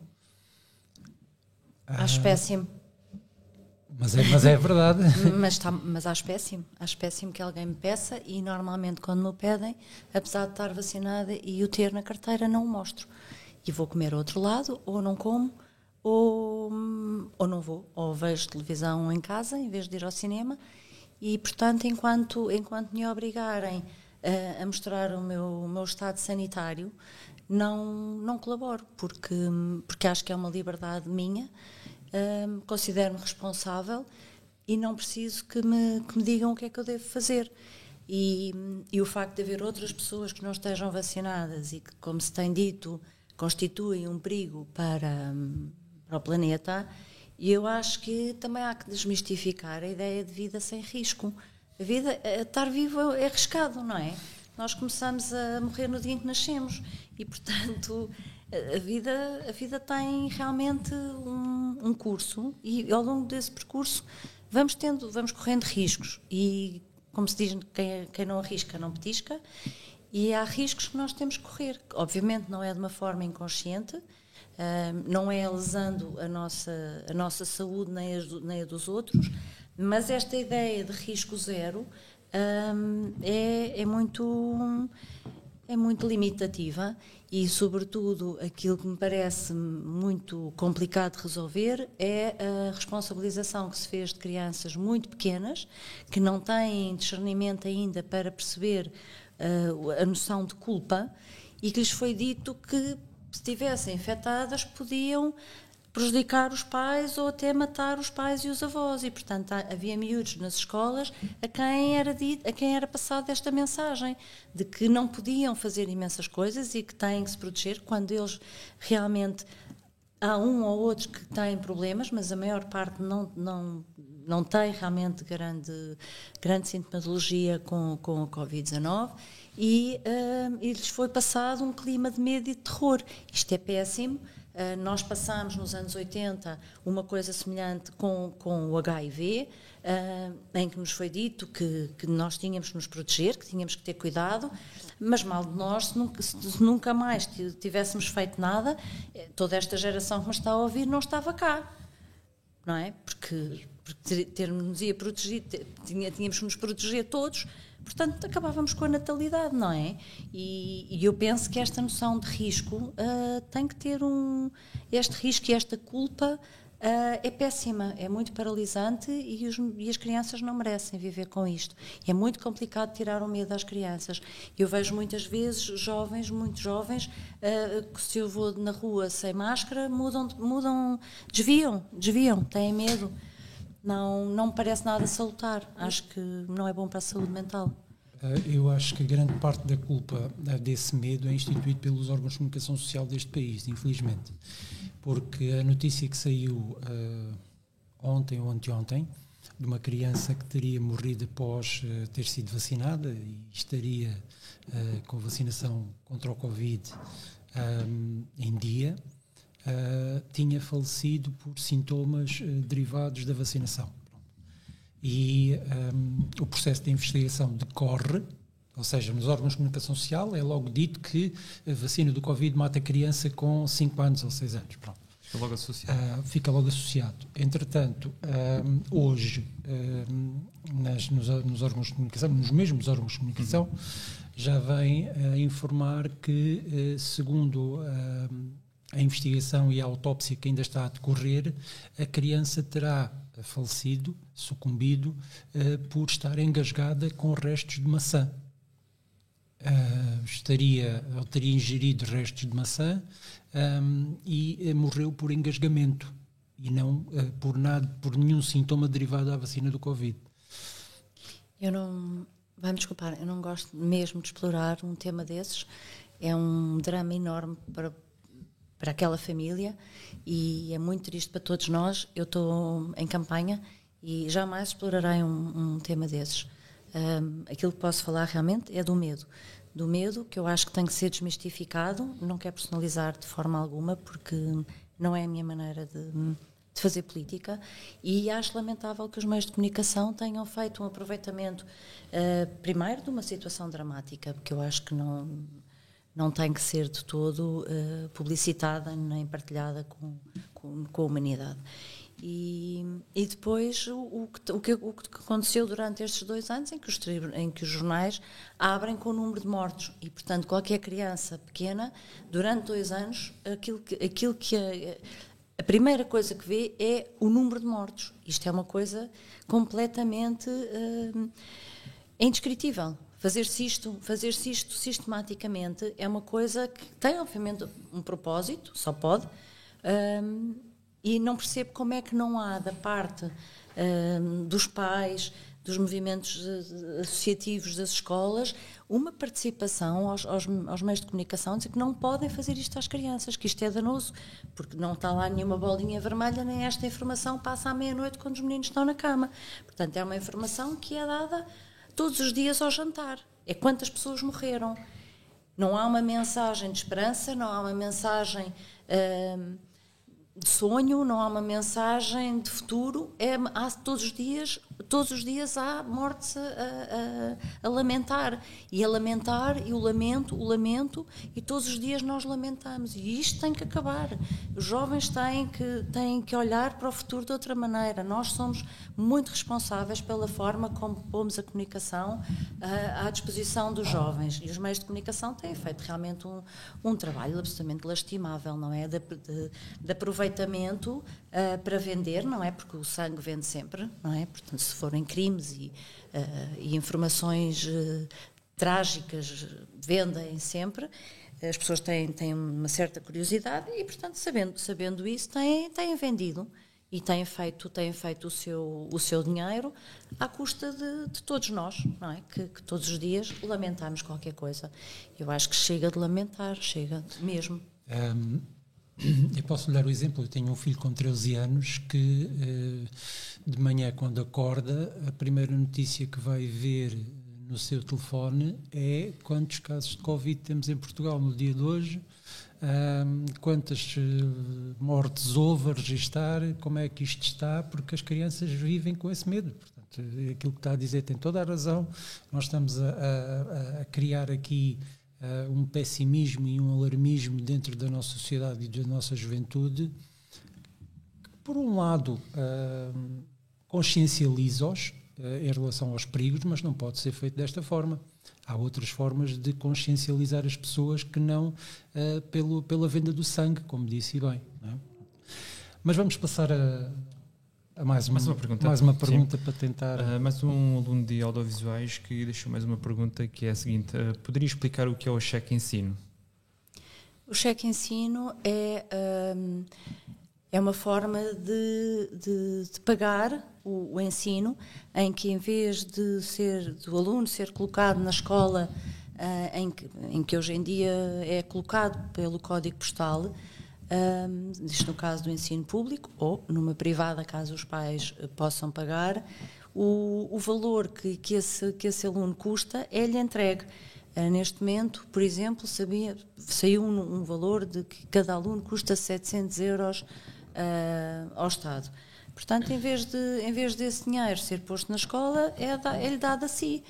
Acho péssimo. Mas é verdade. Mas acho péssimo que alguém me peça e normalmente quando me o pedem, apesar de estar vacinada e o ter na carteira, não o mostro. E vou comer ao outro lado, ou não como, ou não vou, ou vejo televisão em casa em vez de ir ao cinema e, portanto, enquanto me obrigarem a mostrar o meu estado sanitário, não colaboro, porque acho que é uma liberdade minha, considero-me responsável e não preciso que me digam o que é que eu devo fazer. E o facto de haver outras pessoas que não estejam vacinadas e que, como se tem dito, constituem um perigo para o planeta, e eu acho que também há que desmistificar a ideia de vida sem risco. A vida, estar vivo é arriscado, não é? Nós começamos a morrer no dia em que nascemos e, portanto, a vida tem realmente um curso e ao longo desse percurso vamos correndo riscos e, como se diz, quem não arrisca não petisca, e há riscos que nós temos que correr. Obviamente não é de uma forma inconsciente, não é lesando a nossa saúde nem a dos outros, mas esta ideia de risco zero é muito limitativa e, sobretudo, aquilo que me parece muito complicado de resolver é a responsabilização que se fez de crianças muito pequenas, que não têm discernimento ainda para perceber a noção de culpa e que lhes foi dito que, se estivessem infectadas, podiam prejudicar os pais ou até matar os pais e os avós. E, portanto, havia miúdos nas escolas a quem era passada esta mensagem de que não podiam fazer imensas coisas e que têm que se proteger quando eles realmente... Há um ou outros que têm problemas, mas a maior parte não tem realmente grande sintomatologia com a Covid-19 e lhes foi passado um clima de medo e de terror. Isto é péssimo. Nós passámos nos anos 80 uma coisa semelhante com o HIV, em que nos foi dito que nós tínhamos que nos proteger, que tínhamos que ter cuidado, mas mal de nós se nunca mais tivéssemos feito nada, toda esta geração que me está a ouvir não estava cá, não é? Porque nos ia proteger, tínhamos que nos proteger todos, portanto acabávamos com a natalidade, não é? E eu penso que esta noção de risco tem que ter este risco e esta culpa é péssima, é muito paralisante e as crianças não merecem viver com isto. É muito complicado tirar o medo às crianças. Eu vejo muitas vezes jovens, muito jovens, que se eu vou na rua sem máscara, desviam, têm medo. Não me parece nada salutar. Acho que não é bom para a saúde mental. Eu acho que grande parte da culpa desse medo é instituído pelos órgãos de comunicação social deste país, infelizmente. Porque a notícia que saiu ontem ou anteontem, de uma criança que teria morrido após ter sido vacinada e estaria com vacinação contra o Covid em dia, tinha falecido por sintomas derivados da vacinação. E o processo de investigação decorre, ou seja, nos órgãos de comunicação social é logo dito que a vacina do Covid mata a criança com 5 anos ou 6 anos. Pronto. Fica logo associado. Entretanto, hoje, nos órgãos de comunicação, nos mesmos órgãos de comunicação, já vem a informar que, segundo a investigação e a autópsia que ainda está a decorrer, a criança terá sucumbido, por estar engasgada com restos de maçã. teria ingerido restos de maçã e morreu por engasgamento e não por nenhum sintoma derivado da vacina do Covid. Vai-me desculpar, eu não gosto mesmo de explorar um tema desses. É um drama enorme para aquela família e é muito triste para todos nós. Eu estou em campanha e jamais explorarei um tema desses. Aquilo que posso falar realmente é do medo que eu acho que tem que ser desmistificado. Não quero personalizar de forma alguma, porque não é a minha maneira de fazer política, e acho lamentável que os meios de comunicação tenham feito um aproveitamento primeiro de uma situação dramática, porque eu acho que não tem que ser de todo publicitada nem partilhada com a humanidade. E depois o que aconteceu durante estes 2 anos em que os jornais abrem com o número de mortos e, portanto, qualquer criança pequena, durante 2 anos, aquilo que a primeira coisa que vê é o número de mortos. Isto é uma coisa completamente indescritível. Fazer-se isto sistematicamente é uma coisa que tem, obviamente, um propósito, só pode, e não percebo como é que não há da parte dos pais, dos movimentos associativos das escolas, uma participação aos meios de comunicação, dizer que não podem fazer isto às crianças, que isto é danoso, porque não está lá nenhuma bolinha vermelha, nem esta informação passa à meia-noite quando os meninos estão na cama. Portanto, é uma informação que é dada todos os dias ao jantar. É quantas pessoas morreram. Não há uma mensagem de esperança, não há uma mensagem de sonho, não há uma mensagem de futuro. Há todos os dias há mortes a lamentar. E a lamentar, e o lamento, e todos os dias nós lamentamos. E isto tem que acabar. Os jovens têm que olhar para o futuro de outra maneira. Nós somos muito responsáveis pela forma como pomos a comunicação à disposição dos jovens. E os meios de comunicação têm feito realmente um trabalho absolutamente lastimável, não é? De aproveitamento para vender, não é? Porque o sangue vende sempre, não é? Portanto, se forem crimes e informações trágicas, vendem sempre. As pessoas têm uma certa curiosidade e, portanto, sabendo isso, têm vendido e têm feito o seu dinheiro à custa de todos nós, não é? Que todos os dias lamentamos qualquer coisa. Eu acho que chega de lamentar, chega mesmo. Eu posso lhe dar o exemplo. Eu tenho um filho com 13 anos que de manhã, quando acorda, a primeira notícia que vai ver no seu telefone é quantos casos de Covid temos em Portugal no dia de hoje, quantas mortes houve a registrar, como é que isto está, porque as crianças vivem com esse medo. Portanto, aquilo que está a dizer tem toda a razão. Nós estamos a criar aqui um pessimismo e um alarmismo dentro da nossa sociedade e da nossa juventude, que, por um lado, consciencializa-os em relação aos perigos, mas não pode ser feito desta forma. Há outras formas de consciencializar as pessoas que não pela venda do sangue, como disse bem. Não é? Mas vamos passar a mais uma pergunta para tentar... mais um aluno de audiovisuais que deixou mais uma pergunta, que é a seguinte: poderia explicar o que é o cheque ensino? O cheque ensino é uma forma de pagar o ensino, em que, em vez do aluno ser colocado na escola em que hoje em dia é colocado pelo código postal, isto no caso do ensino público, ou numa privada, caso os pais possam pagar, o valor que esse aluno custa é-lhe entregue. Neste momento, por exemplo, saiu um valor de que cada aluno custa 700 euros ao Estado. Portanto, em vez desse dinheiro ser posto na escola, é-lhe dado a si.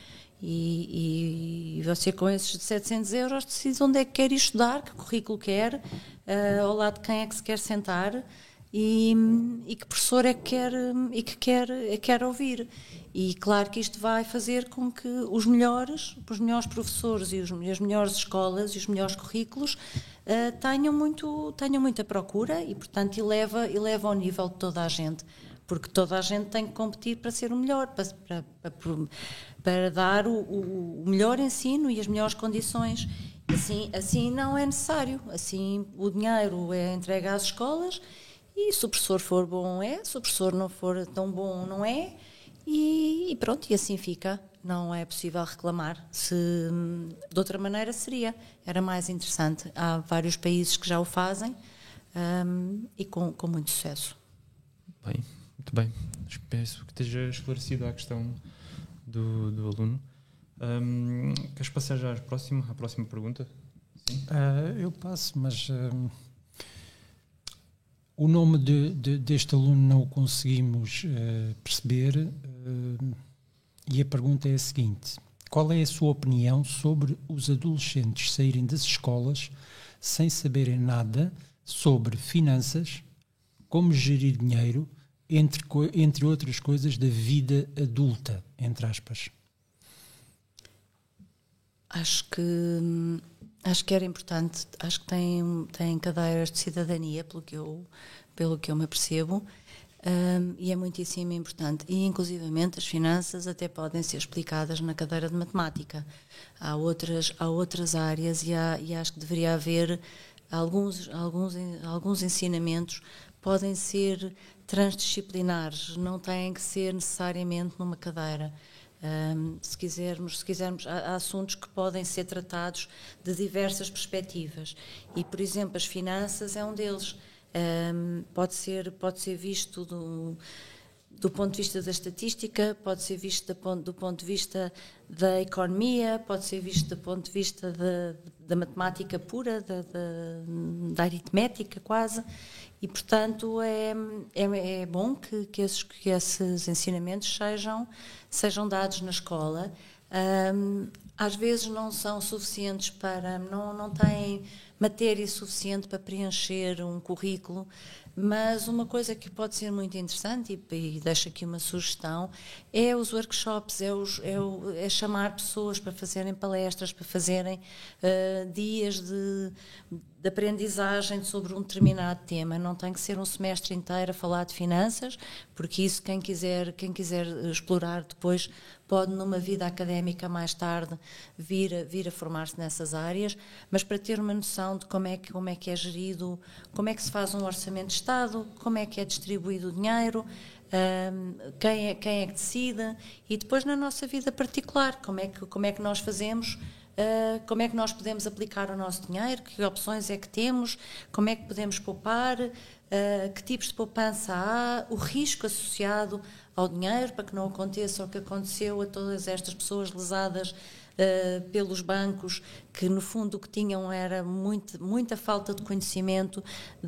E você, com esses 700 euros, decide onde é que quer ir estudar, que currículo quer, ao lado de quem é que se quer sentar e que professor é que quer ouvir. E claro que isto vai fazer com que os melhores professores e as melhores escolas e os melhores currículos tenham muita procura e, portanto, eleva ao nível de toda a gente. porque toda a gente tem que competir para ser o melhor, para dar o melhor ensino e as melhores condições. Assim não é necessário, assim o dinheiro é entregue às escolas e se o professor for bom se o professor não for tão bom não é, e pronto, e assim fica. Não é possível reclamar. Se de outra maneira era mais interessante. Há vários países que já o fazem e com muito sucesso. Bem, muito bem. Penso que esteja esclarecido a questão do aluno. Queres passar já à próxima pergunta? Sim? Eu passo, mas o nome deste aluno não o conseguimos perceber. E a pergunta é a seguinte: qual é a sua opinião sobre os adolescentes saírem das escolas sem saberem nada sobre finanças, como gerir dinheiro, entre outras coisas da vida adulta, entre aspas? Acho que era importante, acho que tem cadeiras de cidadania, pelo que eu me apercebo. E é muitíssimo importante, e inclusivamente as finanças até podem ser explicadas na cadeira de matemática. Há outras áreas e acho que deveria haver alguns ensinamentos, podem ser transdisciplinares, não têm que ser necessariamente numa cadeira. Se quisermos, há assuntos que podem ser tratados de diversas perspectivas e, por exemplo, as finanças é um deles. Pode ser visto do ponto de vista da estatística, pode ser visto do ponto de vista da economia, pode ser visto do ponto de vista da matemática pura, da aritmética quase, e portanto é bom que esses ensinamentos sejam dados na escola. Às vezes não são suficientes não têm matéria suficiente para preencher um currículo, mas uma coisa que pode ser muito interessante, e deixo aqui uma sugestão, é os workshops, é chamar pessoas para fazerem palestras, para fazerem dias de aprendizagem sobre um determinado tema. Não tem que ser um semestre inteiro a falar de finanças, porque isso quem quiser explorar depois pode numa vida académica mais tarde vir a formar-se nessas áreas, mas para ter uma noção de como é que é gerido, como é que se faz um orçamento de Estado, como é que é distribuído o dinheiro, quem é que decide, e depois na nossa vida particular, como é que nós fazemos, como é que nós podemos aplicar o nosso dinheiro, que opções é que temos, como é que podemos poupar, que tipos de poupança há, o risco associado ao dinheiro, para que não aconteça o que aconteceu a todas estas pessoas lesadas pelos bancos, que no fundo o que tinham era muita falta de conhecimento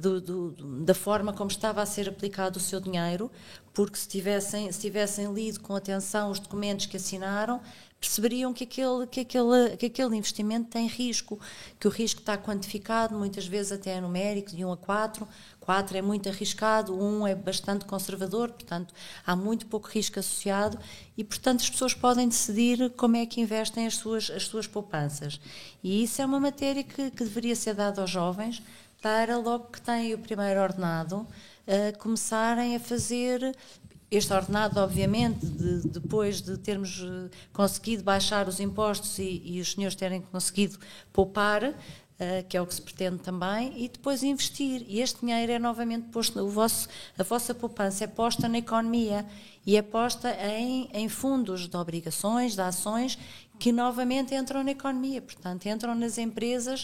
da forma como estava a ser aplicado o seu dinheiro, porque se tivessem lido com atenção os documentos que assinaram, perceberiam que aquele investimento tem risco, que o risco está quantificado, muitas vezes até é numérico, de 1 a 4. 4 é muito arriscado, 1 é bastante conservador, portanto há muito pouco risco associado e, portanto, as pessoas podem decidir como é que investem as suas poupanças. E isso é uma matéria que deveria ser dada aos jovens, para logo que têm o primeiro ordenado, começarem a fazer este ordenado, obviamente, depois de termos conseguido baixar os impostos e os senhores terem conseguido poupar, que é o que se pretende também, e depois investir. E este dinheiro é novamente posto, a vossa poupança é posta na economia e é posta em fundos de obrigações, de ações, que novamente entram na economia, portanto, entram nas empresas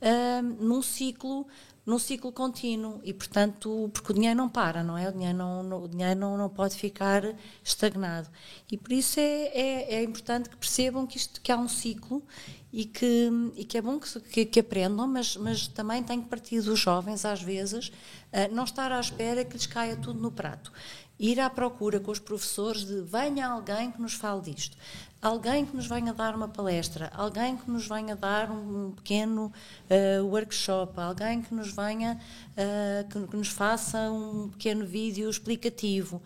num ciclo contínuo e, portanto, porque o dinheiro não para, não é? O dinheiro não pode ficar estagnado. E por isso é importante que percebam que há um ciclo e que é bom que aprendam, mas também tem que partir dos jovens, às vezes, não estar à espera que lhes caia tudo no prato. Ir à procura com os professores de venha alguém que nos fale disto, alguém que nos venha dar uma palestra, alguém que nos venha dar um pequeno workshop, alguém que nos venha, que nos faça um pequeno vídeo explicativo,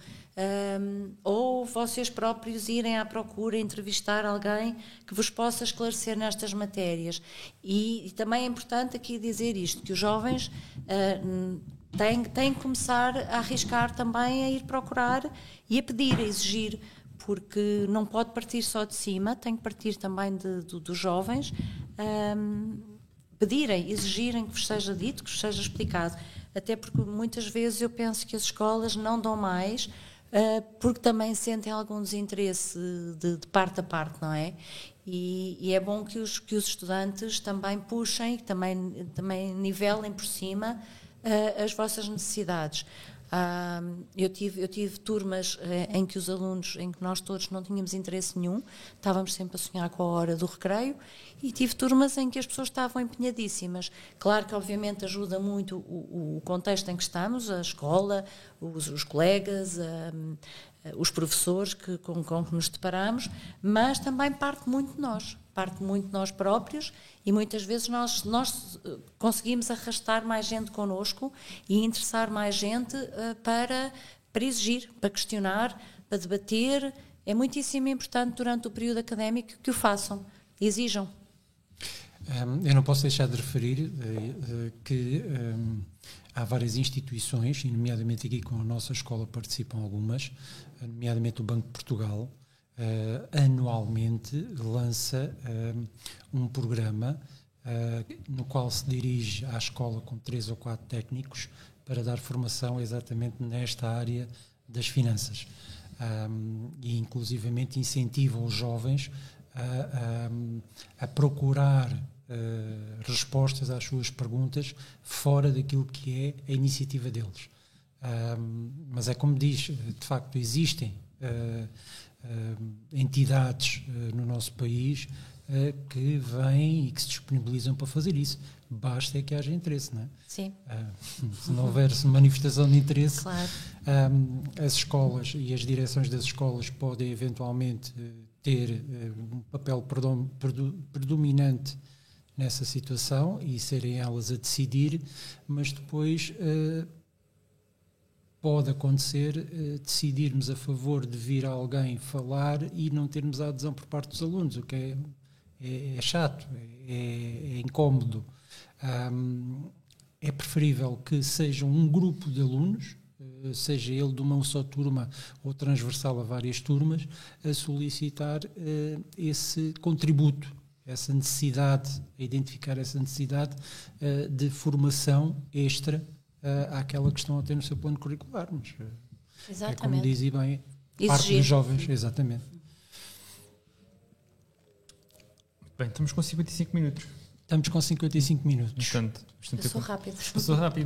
ou vocês próprios irem à procura, entrevistar alguém que vos possa esclarecer nestas matérias. E também é importante aqui dizer isto, que os jovens tem que começar a arriscar também, a ir procurar e a pedir, a exigir, porque não pode partir só de cima, tem que partir também dos jovens, pedirem, exigirem que vos seja dito, que vos seja explicado. Até porque muitas vezes eu penso que as escolas não dão mais, porque também sentem algum desinteresse de parte a parte, não é? E é bom que os estudantes também puxem, que também nivelem por cima as vossas necessidades. Eu tive turmas em que os alunos, em que nós todos não tínhamos interesse nenhum, estávamos sempre a sonhar com a hora do recreio, e tive turmas em que as pessoas estavam empenhadíssimas. Claro que obviamente ajuda muito o contexto em que estamos, a escola, os colegas, os professores com que nos deparamos, mas também parte muito de nós próprios, e muitas vezes nós conseguimos arrastar mais gente connosco e interessar mais gente para exigir, para questionar, para debater. É muitíssimo importante durante o período académico que o façam, exijam. Eu não posso deixar de referir que há várias instituições, e nomeadamente aqui com a nossa escola participam algumas, nomeadamente o Banco de Portugal, anualmente lança um programa no qual se dirige à escola com 3 ou 4 técnicos para dar formação exatamente nesta área das finanças. E inclusivamente incentiva os jovens a procurar respostas às suas perguntas fora daquilo que é a iniciativa deles. Mas é como diz, de facto existem entidades no nosso país que vêm e que se disponibilizam para fazer isso. Basta é que haja interesse, não é? Sim. Se não houver manifestação de interesse, claro. As escolas e as direções das escolas podem eventualmente ter um papel predominante nessa situação e serem elas a decidir, mas depois pode acontecer decidirmos a favor de vir alguém falar e não termos a adesão por parte dos alunos, o que é chato, é incómodo. É preferível que seja um grupo de alunos, seja ele de uma só turma ou transversal a várias turmas, a solicitar esse contributo, essa necessidade, a identificar essa necessidade de formação extra àquela que estão a ter no seu plano curricular. Mas é como dizem bem, parte dos jovens, exatamente. Bem, estamos com 55 minutos. Estamos com 55 minutos. Passou rápido. Passou rápido.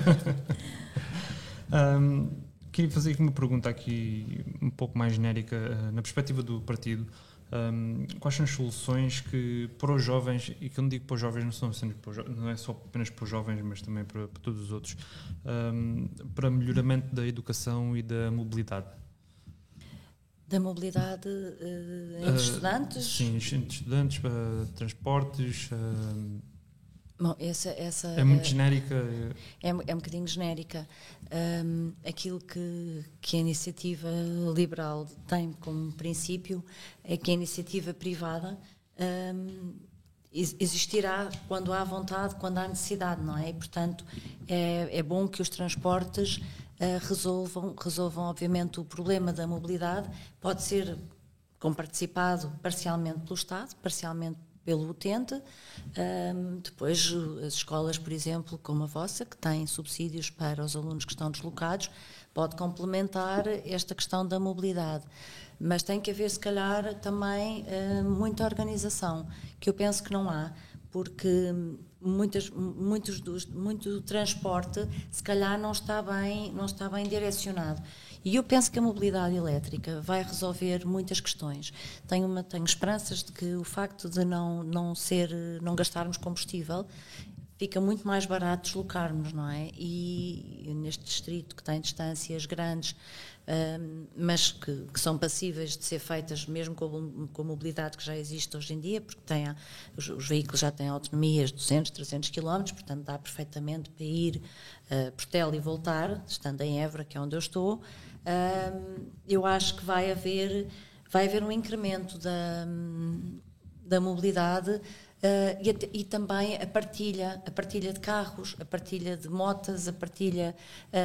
Queria fazer aqui uma pergunta aqui um pouco mais genérica, na perspectiva do partido. Quais são as soluções que para os jovens, e que eu não digo para os jovens, não é só apenas para os jovens, mas também para todos os outros, para melhoramento da educação e da mobilidade? Da mobilidade entre estudantes? Sim, entre estudantes, transportes. Bom, essa é muito genérica. É um bocadinho genérica. Aquilo que a iniciativa liberal tem como princípio é que a iniciativa privada existirá quando há vontade, quando há necessidade, não é? E, portanto, é bom que os transportes resolvam, obviamente, o problema da mobilidade. Pode ser comparticipado parcialmente pelo Estado, parcialmente pelo utente. Depois, as escolas, por exemplo, como a vossa, que têm subsídios para os alunos que estão deslocados, pode complementar esta questão da mobilidade. Mas tem que haver, se calhar, também muita organização, que eu penso que não há, porque muito transporte, se calhar, não está bem direcionado. E eu penso que a mobilidade elétrica vai resolver muitas questões. Tenho esperanças de que o facto de não gastarmos combustível, fica muito mais barato deslocarmos, não é? E neste distrito que tem distâncias grandes, mas que são passíveis de ser feitas mesmo com a mobilidade que já existe hoje em dia, porque os veículos já têm autonomias de 200, 300 km, portanto dá perfeitamente para ir Portela e voltar, estando em Évora, que é onde eu estou. Eu acho que vai haver um incremento da mobilidade e também a partilha de carros, a partilha de motas, a partilha,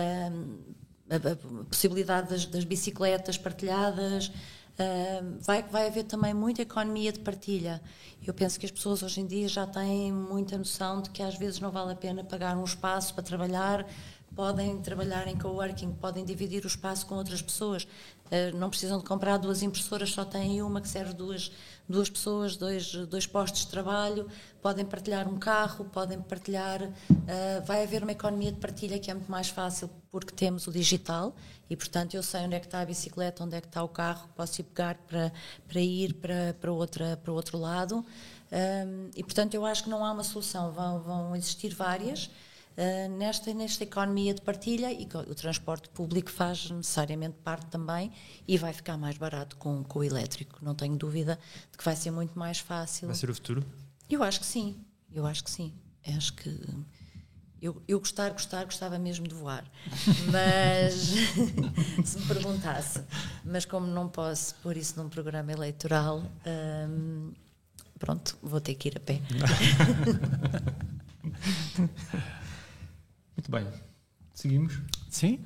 a possibilidade das bicicletas partilhadas. Vai haver também muita economia de partilha. Eu penso que as pessoas hoje em dia já têm muita noção de que às vezes não vale a pena pagar um espaço para trabalhar, podem trabalhar em coworking, podem dividir o espaço com outras pessoas, não precisam de comprar 2 impressoras, só têm uma que serve duas pessoas, dois postos de trabalho, podem partilhar um carro, podem partilhar, vai haver uma economia de partilha que é muito mais fácil porque temos o digital e, portanto, eu sei onde é que está a bicicleta, onde é que está o carro, posso ir pegar para ir para outro lado, e, portanto, eu acho que não há uma solução, vão existir várias, nesta economia de partilha, e o transporte público faz necessariamente parte também e vai ficar mais barato com o elétrico, não tenho dúvida de que vai ser muito mais fácil. Vai ser o futuro? Eu acho que sim, acho que eu gostava mesmo de voar, mas se me perguntasse, mas como não posso pôr isso num programa eleitoral, pronto, vou ter que ir a pé. Muito bem. Seguimos? Sim.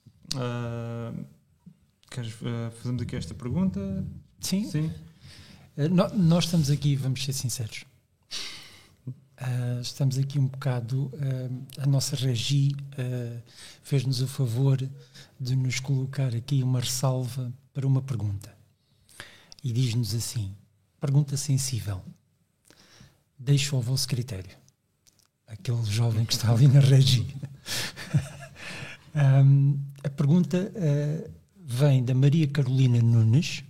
Fazemos aqui esta pergunta? Sim. Nós estamos aqui, vamos ser sinceros, estamos aqui um bocado, a nossa regi fez-nos o favor de nos colocar aqui uma ressalva para uma pergunta. E diz-nos assim, pergunta sensível, deixo ao vosso critério. Aquele jovem que está ali na regi. A pergunta vem da Maria Carolina Nunes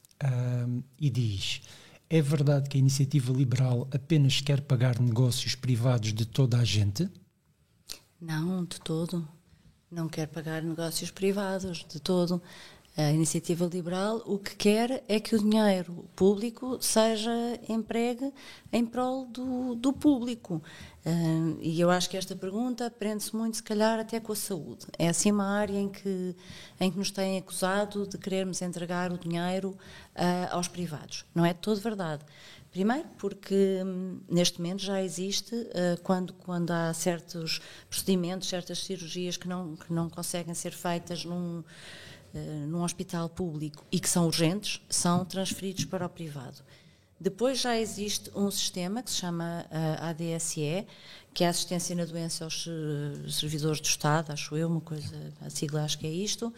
e diz: é verdade que a iniciativa liberal apenas quer pagar negócios privados de toda a gente? Não, de todo. Não quer pagar negócios privados, de todo. A iniciativa liberal o que quer é que o dinheiro público seja empregue em prol do público. E eu acho que esta pergunta prende-se muito, se calhar, até com a saúde. É assim uma área em que nos têm acusado de querermos entregar o dinheiro aos privados. Não é de todo verdade. Primeiro, porque neste momento já existe, quando há certos procedimentos, certas cirurgias que não conseguem ser feitas num hospital público e que são urgentes, são transferidos para o privado. Depois já existe um sistema que se chama ADSE, que é a assistência na doença aos servidores do Estado, acho eu, uma coisa, a sigla acho que é isto,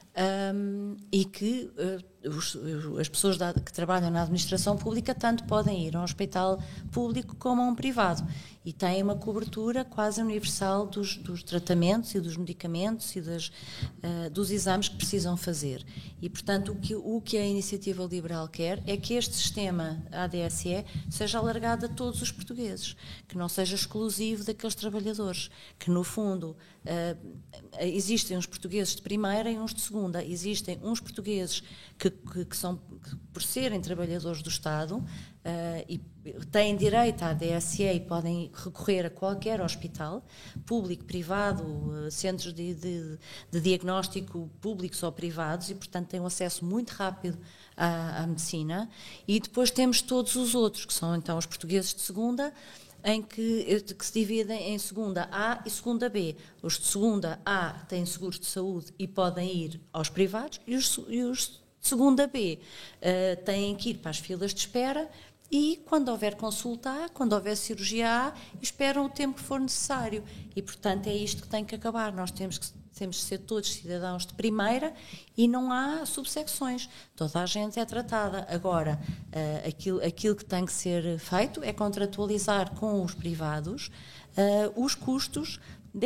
e que as pessoas que trabalham na administração pública tanto podem ir a um hospital público como a um privado e têm uma cobertura quase universal dos tratamentos e dos medicamentos e dos exames que precisam fazer. E, portanto, o que a iniciativa liberal quer é que este sistema ADSE seja alargado a todos os portugueses, que não seja exclusivo daqueles trabalhadores, que, no fundo, existem uns portugueses de primeira e uns de segunda. Existem uns portugueses que por serem trabalhadores do Estado, e têm direito à ADSE e podem recorrer a qualquer hospital, público, privado, centros de diagnóstico públicos ou privados, e, portanto, têm um acesso muito rápido à medicina. E depois temos todos os outros, que são, então, os portugueses de segunda, que se dividem em segunda A e segunda B. Os de segunda A têm seguros de saúde e podem ir aos privados, e os de segunda B têm que ir para as filas de espera e, quando houver consulta A, quando houver cirurgia A, esperam o tempo que for necessário. E, portanto, é isto que tem que acabar. Nós temos de ser todos cidadãos de primeira e não há subsecções. Toda a gente é tratada. Agora, aquilo que tem que ser feito é contratualizar com os privados os custos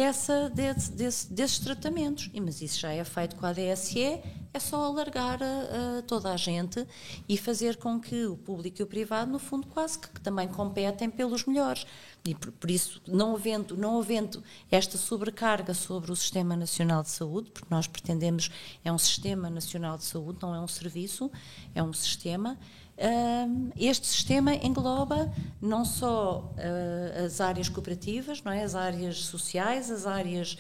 desses tratamentos. Mas isso já é feito com a ADSE, é só alargar a toda a gente e fazer com que o público e o privado, no fundo, quase que também competem pelos melhores. E por isso, não havendo esta sobrecarga sobre o Sistema Nacional de Saúde, porque nós pretendemos, é um Sistema Nacional de Saúde, não é um serviço, é um sistema. Este sistema engloba não só as áreas cooperativas, não é? As áreas sociais, as áreas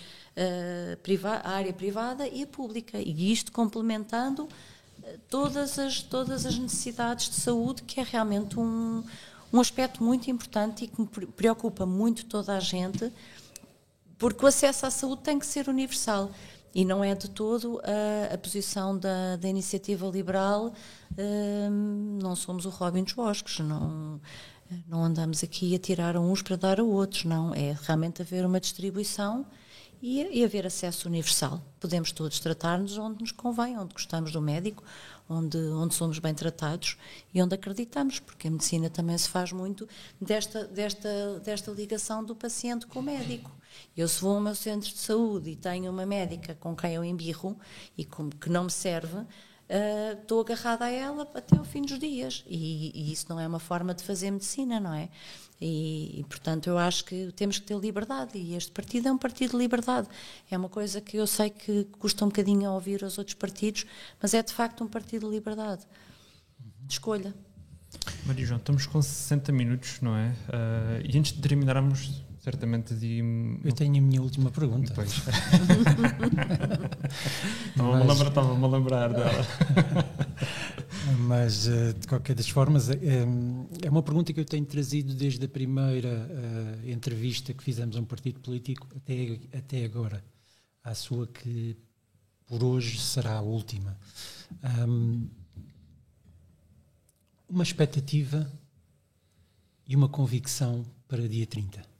a área privada e a pública, e isto complementando todas as necessidades de saúde, que é realmente um aspecto muito importante e que me preocupa muito toda a gente, porque o acesso à saúde tem que ser universal. E não é de todo a posição da iniciativa liberal. Não somos o Robin dos Bosques, não andamos aqui a tirar a uns para dar a outros, não. É realmente haver uma distribuição e haver acesso universal. Podemos todos tratar-nos onde nos convém, onde gostamos do médico, onde somos bem tratados e onde acreditamos, porque a medicina também se faz muito desta ligação do paciente com o médico. Eu, se vou ao meu centro de saúde e tenho uma médica com quem eu embirro e que não me serve, estou agarrada a ela até ao fim dos dias. E isso não é uma forma de fazer medicina, não é? E, portanto, eu acho que temos que ter liberdade. E este partido é um partido de liberdade. É uma coisa que eu sei que custa um bocadinho a ouvir aos outros partidos, mas é de facto um partido de liberdade. De escolha. Maria João, estamos com 60 minutos, não é? E antes de terminarmos, certamente eu tenho a minha última pergunta. Pois. Estava-me a lembrar dela. Mas, de qualquer das formas, é uma pergunta que eu tenho trazido desde a primeira entrevista que fizemos a um partido político até agora, à sua, que por hoje será a última. Uma expectativa e uma convicção para dia 30.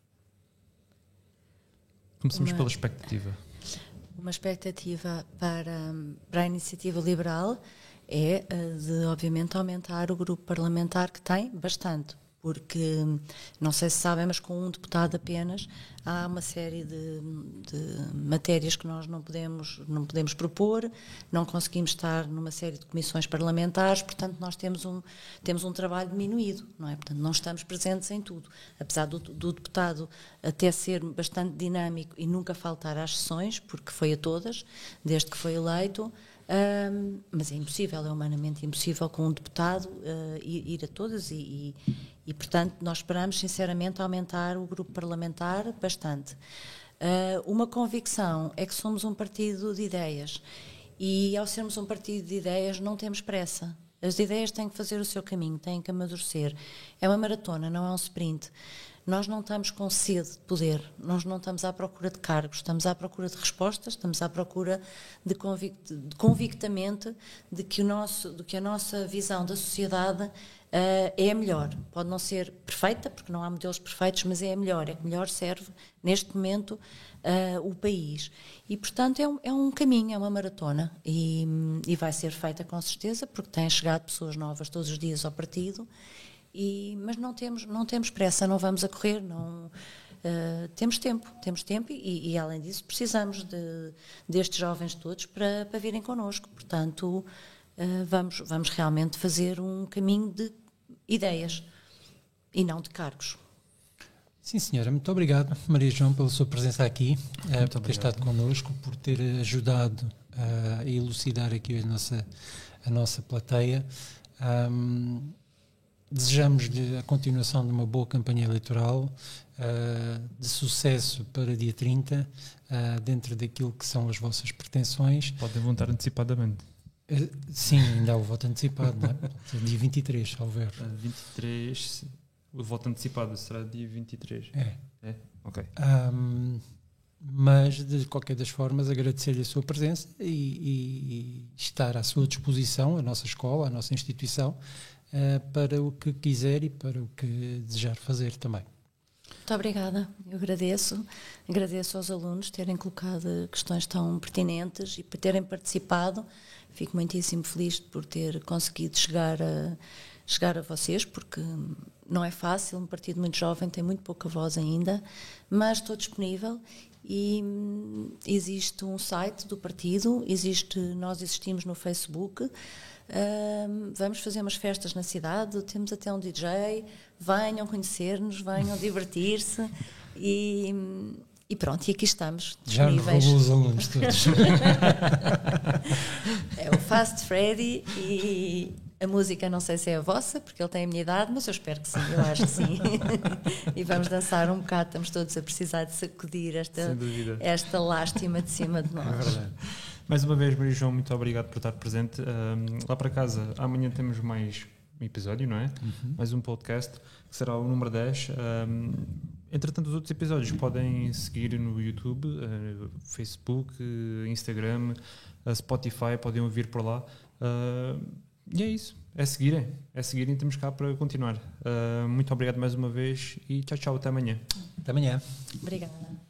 Começamos pela expectativa. Uma expectativa para a iniciativa liberal é de, obviamente, aumentar o grupo parlamentar, que tem bastante, porque, não sei se sabem, mas com um deputado apenas há uma série de matérias que nós não podemos propor, não conseguimos estar numa série de comissões parlamentares, portanto nós temos um trabalho diminuído, não é? Portanto, não estamos presentes em tudo, apesar do deputado até ser bastante dinâmico e nunca faltar às sessões, porque foi a todas, desde que foi eleito. Mas é impossível, é humanamente impossível com um deputado ir a todas e, portanto, nós esperamos sinceramente aumentar o grupo parlamentar bastante. Uma convicção é que somos um partido de ideias e, ao sermos um partido de ideias, não temos pressa. As ideias têm que fazer o seu caminho, têm que amadurecer. É uma maratona, não é um sprint. Nós não estamos com sede de poder, nós não estamos à procura de cargos, estamos à procura de respostas, estamos à procura de convictamente de que a nossa visão da sociedade é a melhor. Pode não ser perfeita, porque não há modelos perfeitos, mas é a melhor, é que melhor serve neste momento o país. E, portanto, é um caminho, é uma maratona e vai ser feita com certeza, porque têm chegado pessoas novas todos os dias ao partido. Mas não temos pressa, não vamos a correr, temos tempo e além disso precisamos destes jovens todos para virem connosco, portanto vamos realmente fazer um caminho de ideias e não de cargos. Sim, senhora, muito obrigado, Maria João, pela sua presença aqui, por ter estado connosco, por ter ajudado a elucidar aqui a nossa plateia. Desejamos-lhe a continuação de uma boa campanha eleitoral, de sucesso para dia 30, dentro daquilo que são as vossas pretensões. Podem votar antecipadamente. Sim, ainda há o voto antecipado, não é? Dia 23, ao ver. 23, o voto antecipado será dia 23. É? Ok. Mas, de qualquer das formas, agradecer-lhe a sua presença e estar à sua disposição, a nossa escola, a nossa instituição, para o que quiser e para o que desejar fazer também. Muito obrigada, eu agradeço aos alunos terem colocado questões tão pertinentes e por terem participado. Fico muitíssimo feliz por ter conseguido chegar a vocês, porque não é fácil, um partido muito jovem tem muito pouca voz ainda, mas estou disponível. E existe um site do partido, nós existimos no Facebook, vamos fazer umas festas na cidade, temos até um DJ, venham conhecer-nos, venham divertir-se e pronto, e aqui estamos disponíveis. Já nos roubou os alunos todos. É o Fast Freddy e a música não sei se é a vossa, porque ele tem a minha idade, mas eu espero que sim, eu acho que sim. E vamos dançar um bocado, estamos todos a precisar de sacudir esta lástima de cima de nós. É verdade. Mais uma vez, Maria João, muito obrigado por estar presente. Lá para casa, amanhã temos mais episódio, não é? Mais um podcast, que será o número 10. Entretanto, os outros episódios podem seguir no YouTube, Facebook, Instagram, Spotify, podem ouvir por lá. E é isso. É seguirem, temos cá para continuar. Muito obrigado mais uma vez e tchau, até amanhã. Até amanhã. Obrigada.